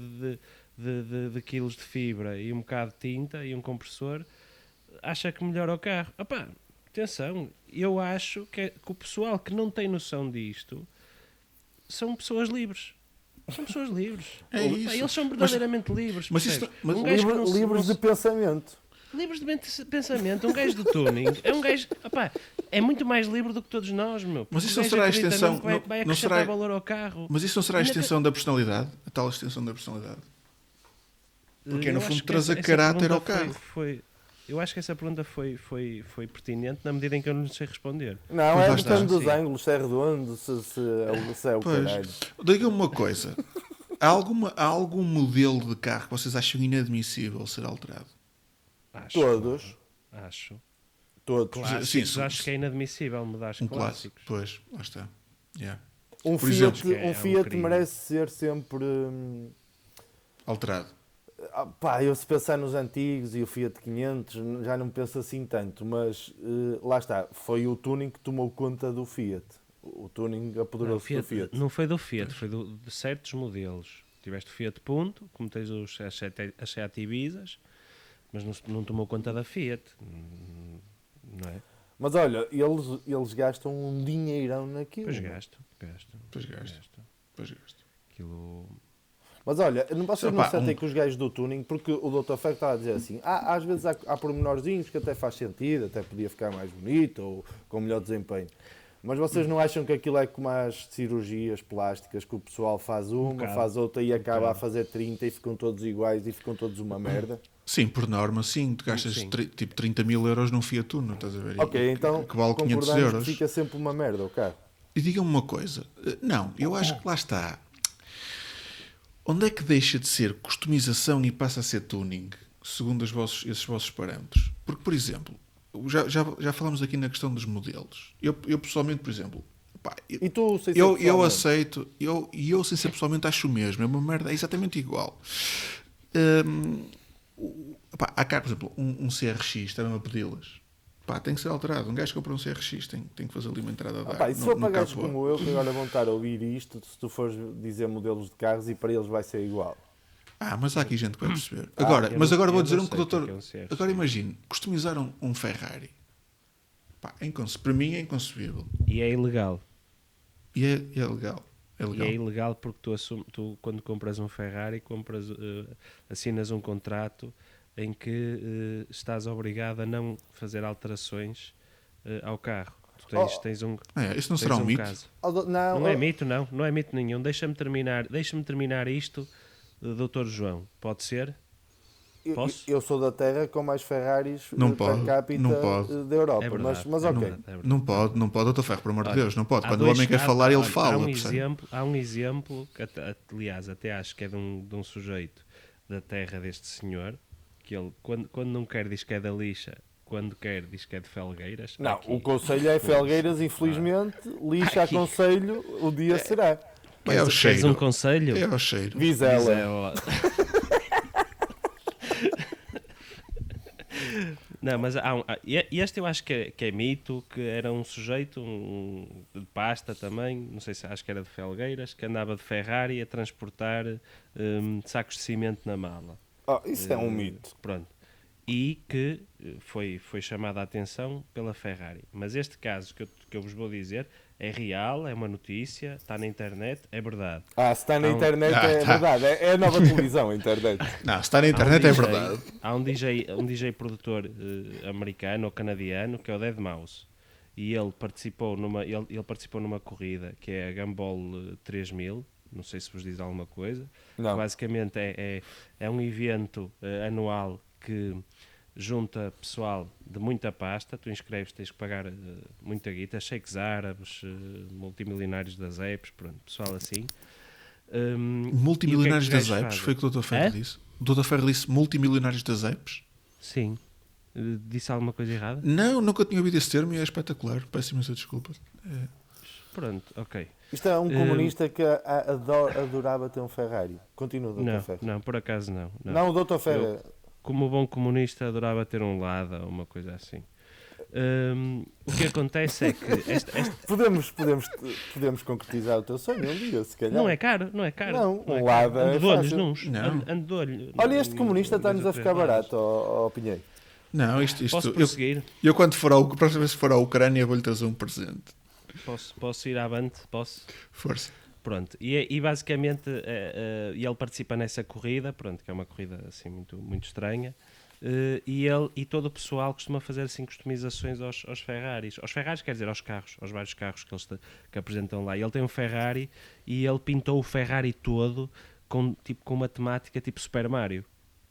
de quilos de fibra e um bocado de tinta e um compressor acha que melhora o carro. Atenção, eu acho que o pessoal que não tem noção disto são pessoas livres. São pessoas livres. É isso. Eles são verdadeiramente livres. mas isso- percebes? mas Um gajo que não se- Livres não de pensamento. se- livres de pensamento. Um gajo do tuning é um gajo. É muito mais livre do que todos nós, meu. Mas Porque isso o não gajo será a acredita extensão- mesmo que vai não acrescentar será- valor ao carro. Mas isso não será a Ainda extensão da personalidade? A tal extensão da personalidade? Porque é, no Eu fundo, acho que trazer essa caráter ao pergunta carro. eu acho que essa pergunta foi pertinente na medida em que eu não sei responder. Não, Pois é lá está. depende dos Sim. ângulos, se é redondo, se é o Pois. caralho. Diga-me uma coisa. Há algum modelo de carro que vocês acham inadmissível ser alterado? Acho. Todos. Acho. Todos. Clássicos, sim, acho que é inadmissível mudar os Um clássico. clássicos. Pois, lá está. Yeah. Um Por Fiat, exemplo, é um Fiat crime. merece ser sempre... Alterado. eu se pensar nos antigos e o Fiat 500 já não penso assim tanto, mas lá está, foi o tuning que tomou conta do Fiat. O tuning Não, apoderou-se do Fiat. não foi do Fiat, foi de certos modelos. Tiveste o Fiat Punto, como tens as Seat Ibizas, mas não tomou conta da Fiat. Não é? Mas olha, eles gastam um dinheirão naquilo. Pois gasto. Pois gasto. Aquilo... Mas olha, vocês não Opa, sentem que os gajos do tuning, porque o Dr. Ferro está a dizer assim, às vezes há pormenorzinhos que até faz sentido, até podia ficar mais bonito ou com melhor desempenho. Mas vocês não acham que aquilo é como as cirurgias plásticas, que o pessoal faz uma, bocado. faz outra e acaba a bocado. fazer 30 e ficam todos iguais e ficam todos uma merda? Sim, por norma, sim. Tu gastas Sim. tipo 30 mil euros num Fiat Uno, estás a ver? Ok, então que vale 500 concordamos euros. que fica sempre uma merda o carro. E diga-me uma coisa. Não, eu acho que lá está. Onde é que deixa de ser customização e passa a ser tuning, segundo esses vossos parâmetros? Porque, por exemplo, já falamos aqui na questão dos modelos. Eu pessoalmente, por exemplo, E tu, sem ser eu pessoalmente? aceito, eu sem ser pessoalmente acho o mesmo, é uma merda, é exatamente igual. Há cá, por exemplo, um CRX, estava-me a pedi-las. Tem que ser alterado. Um gajo que compra um CRX tem que fazer ali uma entrada de ar. E se for para gajos capô. como eu, que agora vão estar a ouvir isto, se tu fores dizer modelos de carros e para eles vai ser igual. Mas há aqui gente que vai perceber. Agora eu vou não dizer sei que o o que é doutor... um CRX. Agora imagine, customizar um Ferrari. Pá, para mim é inconcebível. E é ilegal. E é legal. É E legal. é ilegal porque tu quando compras um Ferrari, assinas um contrato em que estás obrigado a não fazer alterações ao carro. Tu tens um, Isso não tens será um mito? caso. Não, Não é mito, não é mito nenhum. Deixa-me terminar isto, Dr. João. Pode ser? Posso? eu sou da terra com mais Ferraris Não per pode, capita não pode. da Europa. É verdade, mas é ok. verdade, é verdade. Não pode, doutor Ferro, por amor de Olha, Deus, não pode. há Quando o dois- homem quer há- falar, ele olha, fala. Há um percebe? exemplo que, aliás, até acho que é de um sujeito da terra deste senhor, que ele, quando não quer, diz que é da lixa, quando quer, diz que é de Felgueiras. Não, Aqui. o conselho é Felgueiras, infelizmente, lixa Aqui. aconselho, o dia será. É ao Queres cheiro. um conselho? É ao cheiro. Vizela. Vizela. Não, mas este eu acho que é mito, que era um sujeito de pasta também, não sei se acho que era de Felgueiras, que andava de Ferrari a transportar sacos de cimento na mala. Isso é um mito. Pronto. E que foi chamada a atenção pela Ferrari. Mas este caso que eu vos vou dizer é real, é uma notícia, está na internet, é verdade. Se está na Há um- internet é tá. verdade. É a nova televisão, a internet. Não, se está na internet é verdade. Há um DJ produtor americano ou canadiano que é o Deadmau5 e ele participou numa corrida que é a Gumball 3000, não sei se vos diz alguma coisa. Não. Basicamente é um evento anual que junta pessoal de muita pasta. Tu inscreves, tens que pagar muita guita, sheiks árabes, multimilionários das apps, pronto, pessoal assim. Multimilionários E o que é que os das gajos apps, fazem? foi o que o Dr. Ferro disse. O Dr. Ferro disse multimilionários das apps? Sim. Disse alguma coisa errada? Não, nunca tinha ouvido esse termo e é espetacular. Peço imensa desculpa. Pronto, ok. Isto é um comunista que adorava ter um Ferrari. Continua, Dr. Ferro. Não, por acaso não. Não, o Dr. Ferro. Como bom comunista, adorava ter um Lada ou uma coisa assim. O que acontece é que Podemos concretizar o teu sonho um dia, se calhar. não é caro. Não, é um caro. Lada é Ando de olhos fácil. nuns. Não. Ando de olho. Olha, este comunista está-nos a ficar barato, ó Pinheiro. Não, isto Posso prosseguir? eu quando próxima vez que for à Ucrânia vou-lhe trazer um presente. Posso ir avante? Posso? Força. Pronto. E basicamente ele participa nessa corrida, pronto, que é uma corrida assim muito estranha. E todo o pessoal costuma fazer assim customizações aos Ferraris. Aos Ferraris quer dizer aos carros, aos vários carros que apresentam lá. E ele tem um Ferrari e ele pintou o Ferrari todo com uma temática tipo Super Mario.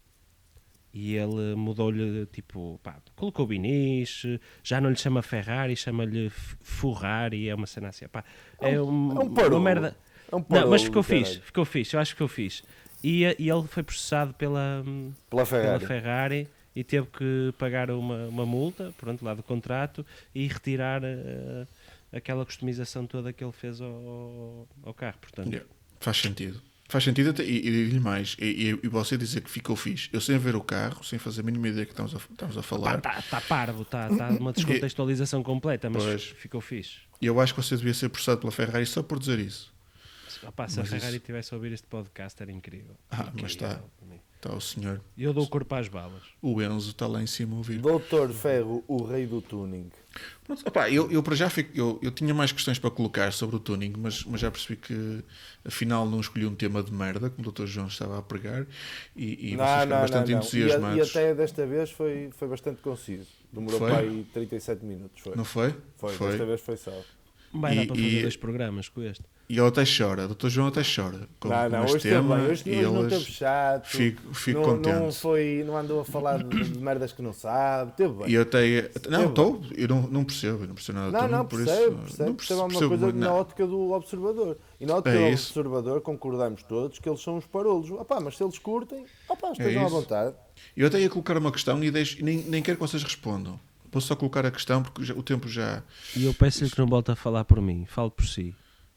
E ele mudou-lhe, colocou binis, já não lhe chama Ferrari, chama-lhe Ferrari, é uma cena assim. um parolo. Uma merda. É um Não, parolo, mas ficou caralho. fixe, eu acho que ficou fixe. E ele foi processado pela Ferrari e teve que pagar uma multa, pronto, lá do contrato, e retirar aquela customização toda que ele fez ao carro, portanto. Yeah. Faz sentido. Faz sentido até, e digo-lhe mais. E você dizer que ficou fixe. Eu sem ver o carro, sem fazer a mínima ideia que estamos a falar. Está parvo, está uma descontextualização completa, mas Pois. ficou fixe. E eu acho que você devia ser processado pela Ferrari só por dizer isso. Se a Mas Ferrari isso- tivesse a ouvir este podcast era incrível. Mas Incrível. está o senhor. Eu dou o corpo às balas. O Enzo está lá em cima a ouvir. Dr. Ferro, o rei do tuning. Pronto, opá, eu para já eu tinha mais questões para colocar sobre o tuning, mas já percebi que afinal não escolhi um tema de merda, como o Dr. João estava a pregar, e vocês ficaram bastante não. entusiasmados. E até desta vez foi bastante conciso. Demorou Foi? para aí 37 minutos. Foi. Não foi? Foi, desta vez foi só. Vai dar E- para fazer e- 2 programas com este. E ele até chora, o Dr. João até chora. Com Não, este hoje esteve tema, bem. Hoje e não eles- teve chato. Fico não, contente. não andou a falar de merdas que não sabe. Teve bem. E eu até. Não, Sim, estou. Eu não percebo. Eu não percebo nada de tuning, por isso. percebe uma coisa na ótica do observador. E na ótica É do isso. observador concordamos todos que eles são os parolos. Mas se eles curtem, estejam à isso. vontade. Eu até ia colocar uma questão e nem quero que vocês respondam. Vou só colocar a questão porque o tempo já. E eu peço-lhe que não volte a falar por mim. Fale por si,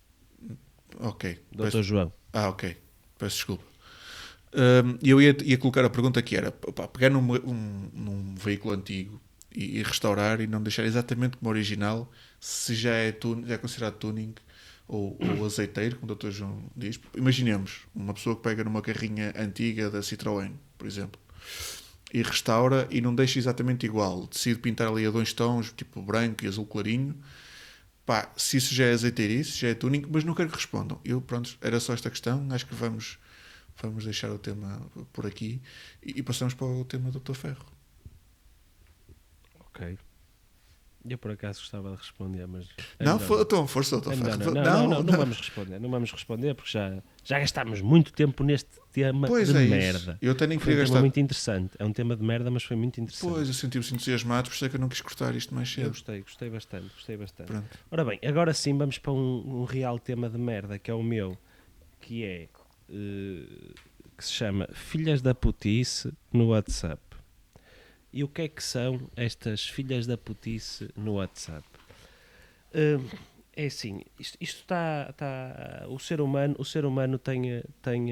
Ok. Dr. João. Ok. Peço desculpa. E eu ia colocar a pergunta que era: pegar num veículo antigo e restaurar e não deixar exatamente como original, se já é considerado tuning ou azeiteiro, como o Dr. João diz. Imaginemos uma pessoa que pega numa carrinha antiga da Citroën, por exemplo. e restaura e não deixa exatamente igual. Decide pintar ali a 2 tons, tipo branco e azul clarinho. Pá, se isso já é azeiteirice, já é tuning, mas não quero que respondam. Eu, pronto, era só esta questão. Acho que vamos deixar o tema por aqui e passamos para o tema do Dr. Ferro. Ok. Eu por acaso gostava de responder, mas... Não, melhor então, força, Dr. É melhor Ferro. não vamos responder. Não vamos responder porque já gastámos muito tempo neste tema Pois de é merda. isso. Eu até nem Foi queria um tema gastar. muito interessante. É um tema de merda, mas foi muito interessante. Pois, eu senti-me entusiasmado, por isso é que eu não quis cortar isto mais Eu cedo. gostei bastante. Pronto. Ora bem, agora sim vamos para um real tema de merda, que é o meu, que é que se chama Filhas da Putice no WhatsApp. E o que é que são estas filhas da putice no WhatsApp? É assim, isto está o ser humano tem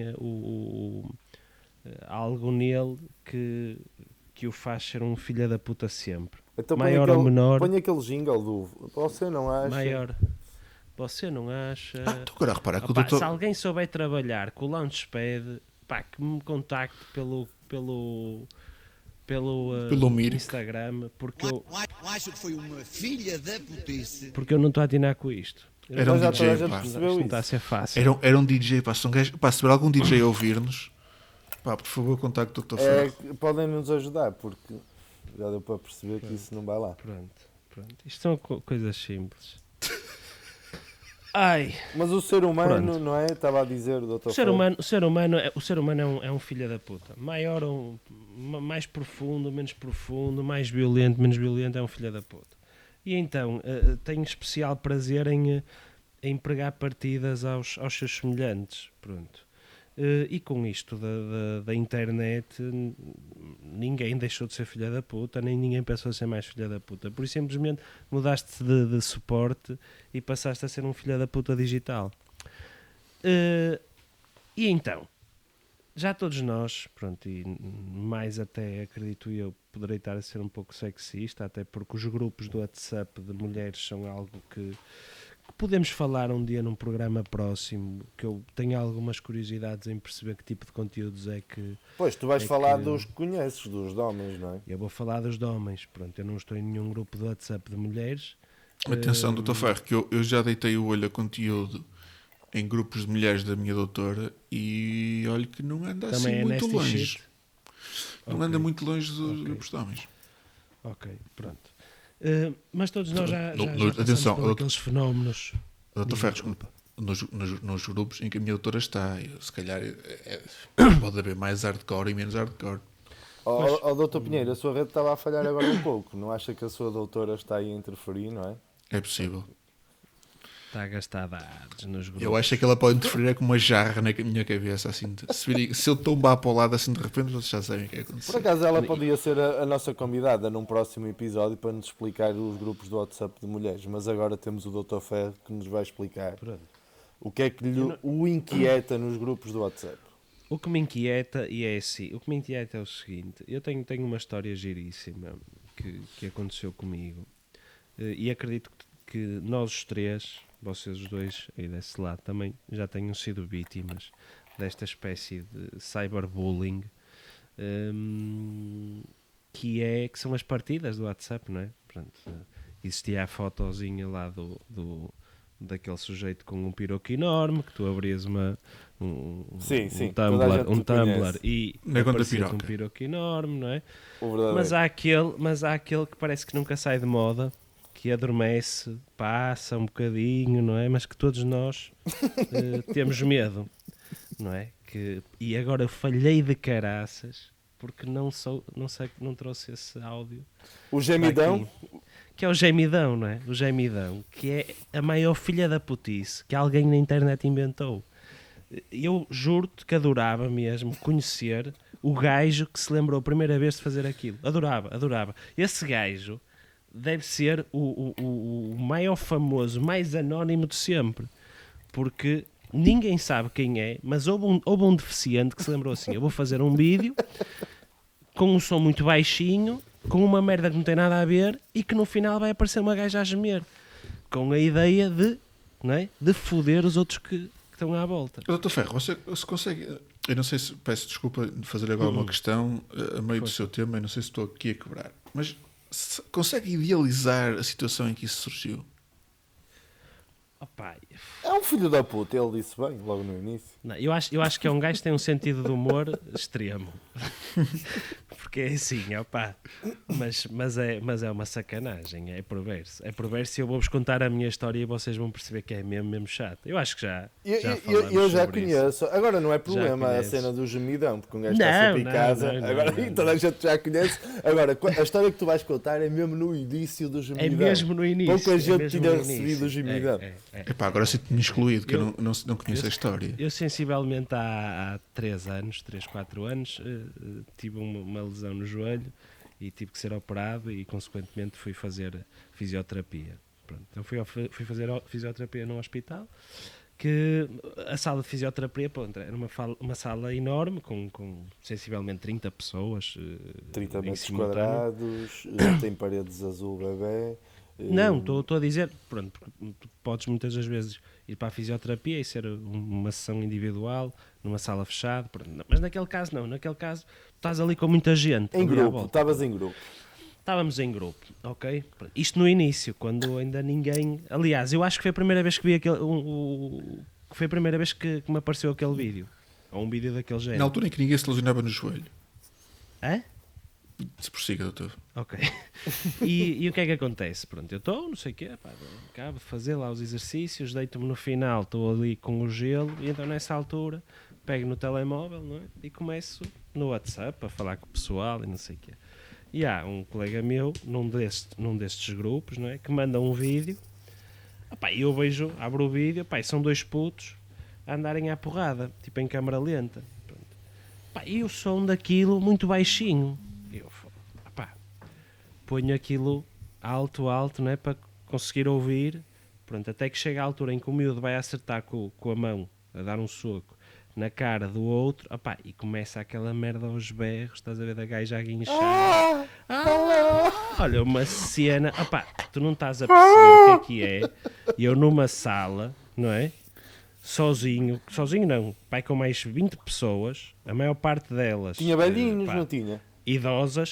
algo nele que o faz ser um filho da puta sempre. Então Maior ou menor, põe aquele jingle do você não acha? maior. Você não acha? Então agora repara que o Opa, doutor... se alguém souber trabalhar com o Launchpad, pá, que me contacte pelo Mirk. Instagram, porque eu Acho que foi uma filha da putice. não estou a atinar com isto. Era um Mas já toda a DJ, gente pá. percebeu Não está a isso. ser fácil. Era um DJ, pá. Se tiver algum DJ a ouvir-nos, pá, por favor, contacte o Dr. Ferro. Podem nos ajudar, porque já deu para perceber que isso não vai lá. Pronto. Isto são coisas simples. Ai, Mas o ser humano, Pronto. não é? Estava a dizer o Dr. o ser humano é um filho da puta. Maior ou mais profundo, menos profundo, mais violento, menos violento, é um filho da puta. E então, tenho especial prazer em pregar partidas aos seus semelhantes. Pronto. E com isto da internet, ninguém deixou de ser filha da puta, nem ninguém passou a ser mais filha da puta. Por isso, simplesmente mudaste de suporte e passaste a ser um filho da puta digital. E então, já todos nós, pronto, e mais até acredito eu, poderei estar a ser um pouco sexista, até porque os grupos do WhatsApp de mulheres são algo que podemos falar um dia num programa próximo, que eu tenho algumas curiosidades em perceber que tipo de conteúdos é que... Pois, tu vais é falar que- dos que conheces, dos de homens, não é? Eu vou falar dos de homens, pronto, eu não estou em nenhum grupo do WhatsApp de mulheres. Atenção, Dr. Ferro, que eu já deitei o olho a conteúdo em grupos de mulheres da minha doutora e olho que não anda Também assim é muito nasty longe. shit. Não Ok. anda muito longe dos Ok. grupos de homens. Ok, pronto. Mas todos nós já No- passamos atenção, por aqueles fenómenos. Dr. Diz, Ferro, desculpa. nos grupos em que a minha doutora está, se calhar pode haver mais hardcore e menos hardcore. Doutor Pinheiro, a sua rede estava a falhar agora um pouco. Não acha que a sua doutora está aí a interferir, não é? É possível. Está a gastar dados nos grupos. Eu acho que ela pode interferir com uma jarra na minha cabeça, assim, se eu tombar para o lado assim de repente, vocês já sabem o que é que Por aconteceu. acaso ela podia ser a nossa convidada num próximo episódio para nos explicar os grupos do WhatsApp de mulheres, mas agora temos o Dr. Ferro que nos vai explicar Pronto. o que é que o inquieta nos grupos do WhatsApp. O que me inquieta, e é assim, o que me inquieta é o seguinte, eu tenho uma história giríssima que aconteceu comigo, e acredito que nós os três, vocês os dois aí desse lado também, já tenham sido vítimas desta espécie de cyberbullying, que são as partidas do WhatsApp, não é? Pronto, existia a fotozinha lá daquele sujeito com um piroco enorme, que tu abrias Sim, toda a gente um te Tumblr conhece. e Na conta aparecia um piroca. piroco enorme, não é? O verdadeiro. Mas há aquele que parece que nunca sai de moda, que adormece, passa um bocadinho, não é? Mas que todos nós temos medo, não é? E agora eu falhei de caraças porque não trouxe esse áudio. O gemidão, aqui, que é o gemidão, não é? O gemidão, que é a maior filha da putice que alguém na internet inventou. Eu juro-te que adorava mesmo conhecer o gajo que se lembrou a primeira vez de fazer aquilo. Adorava. Esse gajo deve ser o maior famoso, mais anónimo de sempre. Porque ninguém sabe quem é, mas houve um deficiente que se lembrou assim, eu vou fazer um vídeo com um som muito baixinho, com uma merda que não tem nada a ver e que no final vai aparecer uma gaja a gemer. Com a ideia de foder os outros que estão à volta. Dr. Ferro, você consegue... Eu não sei se, peço desculpa de fazer agora uma questão a meio do seu tema, eu não sei se estou aqui a quebrar, mas consegue idealizar a situação em que isso surgiu? Opa, É um filho da puta, ele disse bem, logo no início. não, eu acho que é um gajo que tem um sentido de humor extremo. Porque é assim, opá, mas é uma sacanagem, é perverso. É perverso e eu vou-vos contar a minha história e vocês vão perceber que é mesmo chato. Eu acho que já falamos Eu já sobre isso. conheço. Agora não é problema a conheces. cena do gemidão, porque um gajo Não, está sempre em não, casa. não, Agora não, toda a gente já conhece. Agora, a história que tu vais contar é mesmo no início do gemidão. É mesmo no início. Pouca é gente mesmo tinha no recebido início. o gemidão. Epá, agora sinto-me excluído, que eu não conheço a história. Eu sensivelmente há 3, 4 anos, tive uma lesão no joelho e tive que ser operado e consequentemente fui fazer fisioterapia. Pronto, então fui fazer fisioterapia num hospital, que a sala de fisioterapia, pronto, era uma sala enorme com sensivelmente 30 pessoas. 30 em metros simultâneo. quadrados, tem paredes azul bebê. Não, estou a dizer, pronto, porque tu podes muitas das vezes ir para a fisioterapia e ser uma sessão individual, numa sala fechada, pronto, mas naquele caso não, naquele caso estás ali com muita gente. Em ali à grupo, volta. estavas em grupo. Estávamos em grupo, ok? Isto no início, quando ainda ninguém... Aliás, eu acho que foi a primeira vez que vi aquele... foi a primeira vez que me apareceu aquele vídeo. Ou um vídeo daquele género. Na altura em que ninguém se lesionava no joelho. Hã? Se prossiga, doutor. Ok. E o que é que acontece? Pronto, eu estou, não sei o quê, pá, acabo de fazer lá os exercícios, deito-me no final, estou ali com o gelo, e então nessa altura pego no telemóvel, não é? E começo no WhatsApp a falar com o pessoal e não sei o quê. E há um colega meu, num destes grupos, não é? Que manda um vídeo, e eu vejo, abro o vídeo, e são 2 putos a andarem à porrada, tipo em câmara lenta. Pronto. E o som daquilo muito baixinho. Eu ponho aquilo alto, não é? Para conseguir ouvir. Pronto, até que chega a altura em que o miúdo vai acertar com a mão, a dar um soco na cara do outro, e começa aquela merda aos berros, estás a ver, da gaja a guinchar. Olha, uma cena, tu não estás a perceber o que é. E eu numa sala, não é? Sozinho não, com mais 20 pessoas, a maior parte delas... Tinha velhinhos, não tinha? Idosas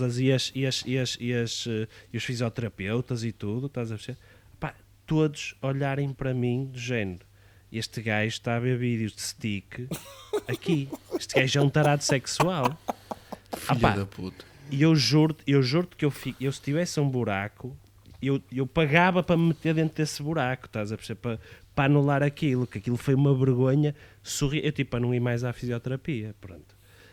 e os fisioterapeutas e tudo, estás a perceber? Todos olharem para mim do género. Este gajo está a ver vídeos de stick aqui. Este gajo é um tarado sexual. Filha da puta. E eu juro-te que eu se tivesse um buraco, eu pagava para me meter dentro desse buraco, estás a perceber? Para anular aquilo, que aquilo foi uma vergonha. Eu para não ir mais à fisioterapia, pronto.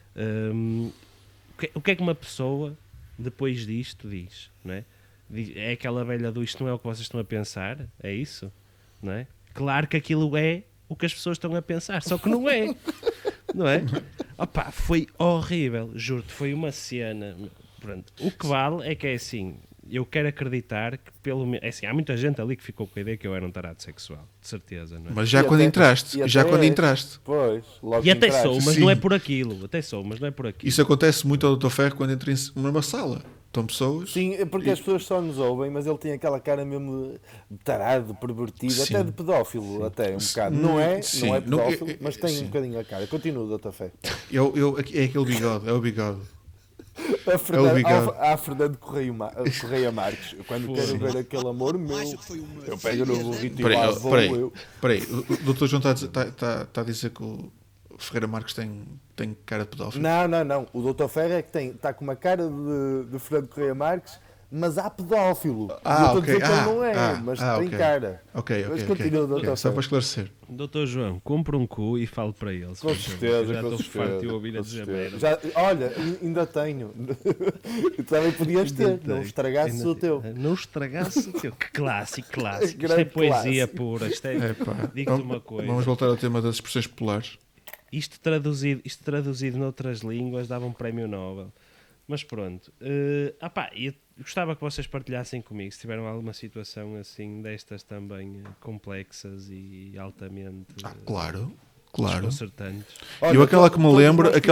O que é que uma pessoa depois disto diz, não é? É aquela velha do isto não é o que vocês estão a pensar, é isso, não é? Claro que aquilo é o que as pessoas estão a pensar, só que não é, não é? Foi horrível, juro-te, foi uma cena. Pronto. O que vale é que é assim, eu quero acreditar que pelo menos, é assim, há muita gente ali que ficou com a ideia que eu era um tarado sexual, de certeza, não é? Mas já quando entraste, Pois, logo E até entraste. sou, mas Sim. não é por aquilo, Isso acontece muito ao Dr. Ferro quando entra numa sala. Estão pessoas... Sim, porque as pessoas só nos ouvem, mas ele tem aquela cara mesmo de tarado, pervertido, Sim. até de pedófilo, até um bocado. Sim. Não é Sim. pedófilo, mas tem sim. um bocadinho a cara. Continua, doutor Fé. É aquele bigode, é o bigode. Fernando Correia Marques. Eu, quando quero ver aquele amor meu, Acho que foi uma eu pego no filha burrito e lá vou eu. Peraí, o Dr. João está a dizer que o Ferreira Marques tem cara de pedófilo. Não. O doutor Ferro é que está com uma cara de Fernando Correia Marques, mas há pedófilo. Eu estou a dizer que ele não é, mas tem cara. Mas continua, doutor Só para Ferro. esclarecer. Doutor João, compra um cu e fale para ele. Com certeza, já com estou farto de certeza. ouvir a com dizer certeza. merda. Olha, ainda tenho. E também podias ter, não estragasses o teu. Não estragasses o teu. Que clássico. Isto Grande é poesia clássico. pura. Isto é... Epá, Digo-te uma coisa. Vamos voltar ao tema das expressões populares. Isto traduzido noutras línguas dava um prémio Nobel. Mas pronto. Eu gostava que vocês partilhassem comigo se tiveram alguma situação assim destas também complexas e altamente Claro. desconcertantes. Eu aquela que me lembro, Eu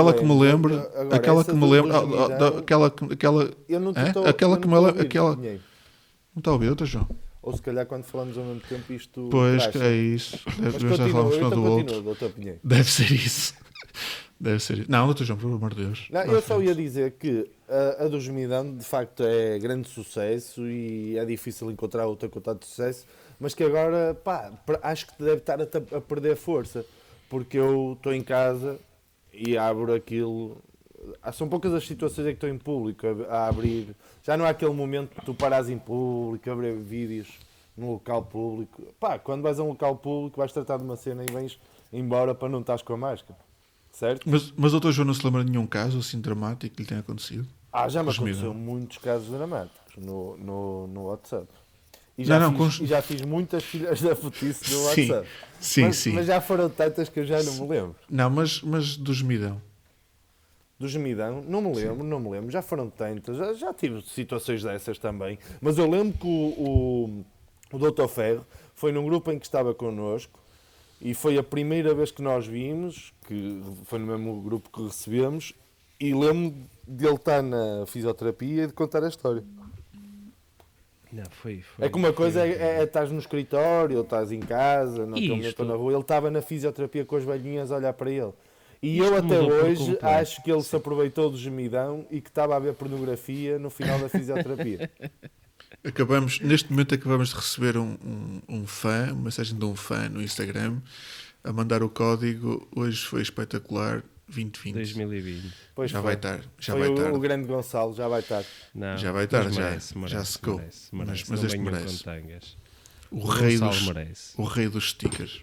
não estou Não está a ouvir, Dr. João? Ou se calhar quando falamos ao mesmo tempo isto... Pois, cracha. que é isso. Mas Devemos estar a falar um do continua, outro. doutor Pinheiro. Deve ser isso. Deve ser. Não, doutor João, pelo amor de Deus. Não, eu só ia dizer que a do Gemidão de facto é grande sucesso e é difícil encontrar outra com tanto sucesso, mas que agora, pá, acho que deve estar a perder força, porque eu estou em casa e abro aquilo. São poucas as situações em que estou em público a abrir. Já não há aquele momento que tu paras em público, abrir vídeos num local público. Pá, quando vais a um local público vais tratar de uma cena e vens embora para não estás com a máscara. Certo? Mas o doutor João não se lembra de nenhum caso assim dramático que lhe tenha acontecido? Já me Gemidão. aconteceu muitos casos dramáticos no WhatsApp. E e já fiz muitas filhas da putice no Sim, WhatsApp. sim. Mas já foram tantas que eu já não me lembro. Não, mas do Gemidão. Do Gemidão, não me lembro. Já foram tantas. Já tive situações dessas também. Mas eu lembro que o Dr. Ferro foi num grupo em que estava connosco e foi a primeira vez que nós vimos, que foi no mesmo grupo que recebemos, e lembro dele estar na fisioterapia e de contar a história. Não, foi, É que uma coisa é estás no escritório, ou estás em casa, não estou na rua. Ele estava na fisioterapia com as velhinhas a olhar para ele. E eu até hoje acho que ele se aproveitou do Gemidão e que estava a ver pornografia no final da fisioterapia. Neste momento acabamos de receber um fã, uma mensagem de um fã no Instagram a mandar o código "Hoje foi espetacular 2020". 2020. Pois Já foi. vai estar. Já Foi vai estar. o grande Gonçalo, já vai estar. Não, Já vai estar, mas já. Já secou. Merece. Mas Não este venham merece. com tangas. O rei merece. o rei dos stickers.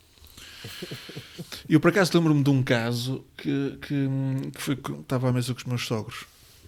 Eu por acaso lembro-me de um caso que estava à mesa com os meus sogros.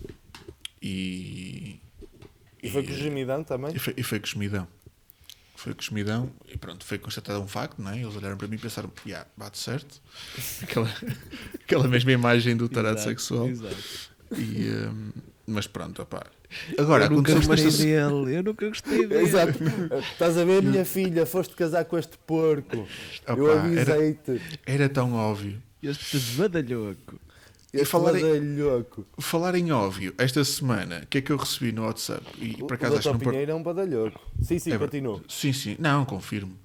E foi com o Gemidão também? E foi com o Gemidão. Foi com o Gemidão e pronto, foi constatado um facto, não é? Eles olharam para mim e pensaram, bate certo. Aquela mesma imagem do tarado sexual. Exato. Mas pronto, opá. Agora, Eu nunca aconteceu gostei dele. Eu nunca gostei dele. Exato. Estás a ver, minha filha, foste casar com este porco. Opá, Eu avisei-te. Era tão óbvio. Este badalhoco. Este badalhoco. Falar em óbvio, esta semana, o que é que eu recebi no WhatsApp? E por acaso O acho que Dr. não Pinheiro é um badalhoco. Sim, continua. Sim, não, confirmo.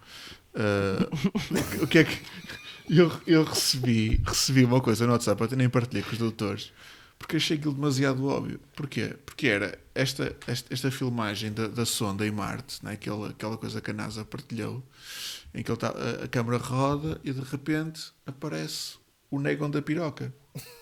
O que é que eu recebi uma coisa no WhatsApp, eu nem partilhei com os doutores, porque achei aquilo demasiado óbvio. Porquê? Porque era esta filmagem da sonda em Marte, né? aquela coisa que a NASA partilhou, em que a câmara roda e de repente aparece o Negon da piroca.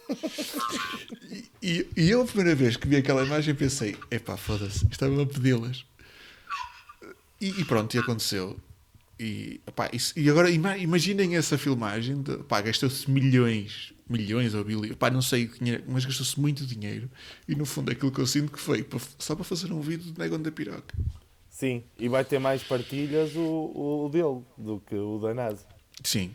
e eu a primeira vez que vi aquela imagem pensei, foda-se, estava a pedi-las. E pronto, e aconteceu. E agora imaginem essa filmagem, gastou-se milhões ou bilhões, não sei, mas gastou-se muito dinheiro. E no fundo aquilo que eu sinto que foi só para fazer um vídeo de Negon da piroca. Sim, e vai ter mais partilhas o dele do que o da NASA. Sim.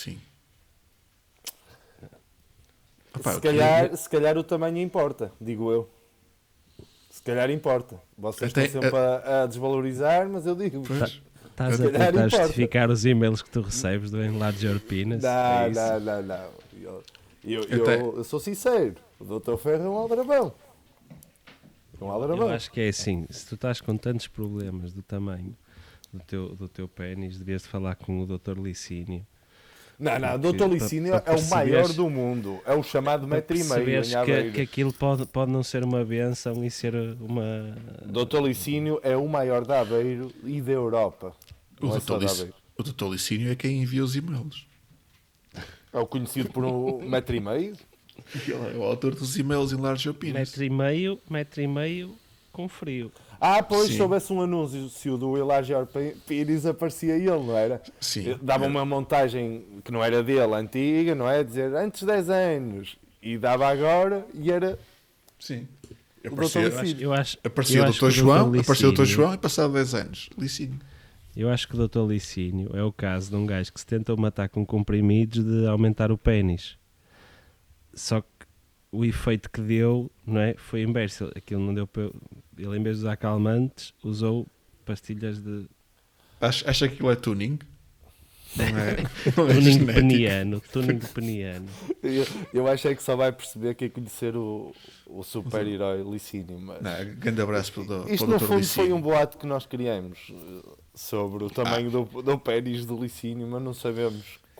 Se calhar o tamanho importa, digo eu. Se calhar importa. Vocês Até, estão sempre a desvalorizar, Tá. mas eu digo. Estás a calhar tentar importa. justificar os e-mails que tu recebes do Enlarge Your Penis? É isso? Não. Eu sou sincero. O Dr. Ferro é um aldrabão. Eu acho que é assim, se tu estás com tantos problemas do tamanho do teu pênis, devias falar com o Dr. Licínio. Não, o Dr. Licínio é o maior do mundo. É o chamado metro e meio. Perceberes que aquilo pode não ser uma benção e ser uma... Dr. Licínio é o maior da Aveiro e da Europa. O Dr. Licínio é quem envia os e-mails. É o conhecido por um metro e meio. Ele é o autor dos e-mails em Large Opinions. Metro e meio com frio. Pois, Sim. se houvesse um anúncio, se o do Elijah Pires aparecia ele, não era? Sim. Dava uma montagem que não era dele, antiga, não é? Dizer, antes de 10 anos. E dava agora, e era... Sim. Aparecia Aparecia o Dr. João e passado 10 anos. Licínio. Eu acho que o Dr. Licínio é o caso de um gajo que se tentou matar com comprimidos de aumentar o pênis. Só que o efeito que deu, não é, foi inverso. Aquilo não deu para... Ele, em vez de usar calmantes, usou pastilhas de... Acha que aquilo é tuning? Não é Tuning peniano. Eu acho é que só vai perceber que é conhecer o super-herói Licínio. Mas... Não, grande abraço para o Isto Dr. no fundo Licínio. foi um boato que nós criamos sobre o tamanho do pênis do Licínio, mas não sabemos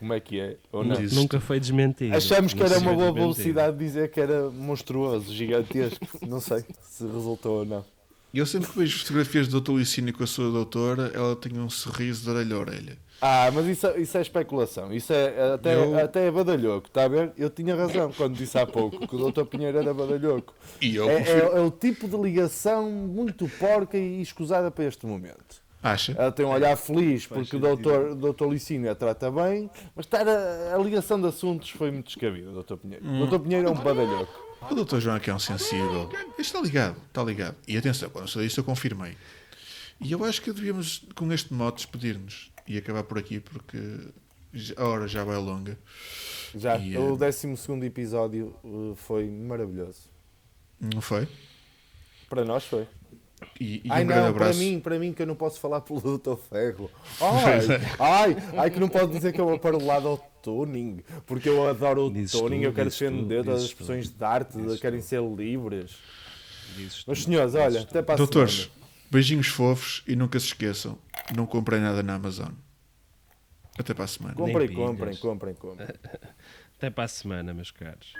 como é que é, ou não? Existe. Nunca foi desmentido. Achamos que Nunca era uma foi boa desmentido. publicidade dizer que era monstruoso, gigantesco. Não sei se resultou ou não. E eu sempre que vejo fotografias do Dr. Licínio com a sua doutora, ela tem um sorriso de orelha a orelha. Mas isso é especulação. Isso é até é badalhoco, está a ver? Eu tinha razão quando disse há pouco que o Dr. Pinheiro era badalhoco. E eu É confirmo. o tipo de ligação muito porca e escusada para este momento. Acha? Ela tem um olhar feliz porque o Dr. Licínio a trata bem, mas a ligação de assuntos foi muito descabida, Dr. Pinheiro. O Dr. Pinheiro é um badalhoco. O Dr. João aqui é um sensível. Isto está ligado, está ligado. E atenção, quando eu sei isso eu confirmei. E eu acho que devíamos, com este modo, despedir-nos e acabar por aqui, porque a hora já vai longa. Já, E, o 12º episódio foi maravilhoso. Não foi? Para nós foi. E Ai um grande não, abraço. para mim que eu não posso falar pelo Dr. Ferro. Pois é. Ai, que não pode dizer que eu vou para o lado ao tuning, porque eu adoro o Dizes tuning, tu, eu quero dizes tu, defender todas as dizes tu. expressões de arte, Dizes querem tu. ser livres. Dizes tu. Mas senhores, olha, até para a Doutores, semana. beijinhos fofos e nunca se esqueçam, não comprem nada na Amazon. Até para a semana. Comprem, Nem comprem, pilhas. comprem, comprem. Até para a semana, meus caros.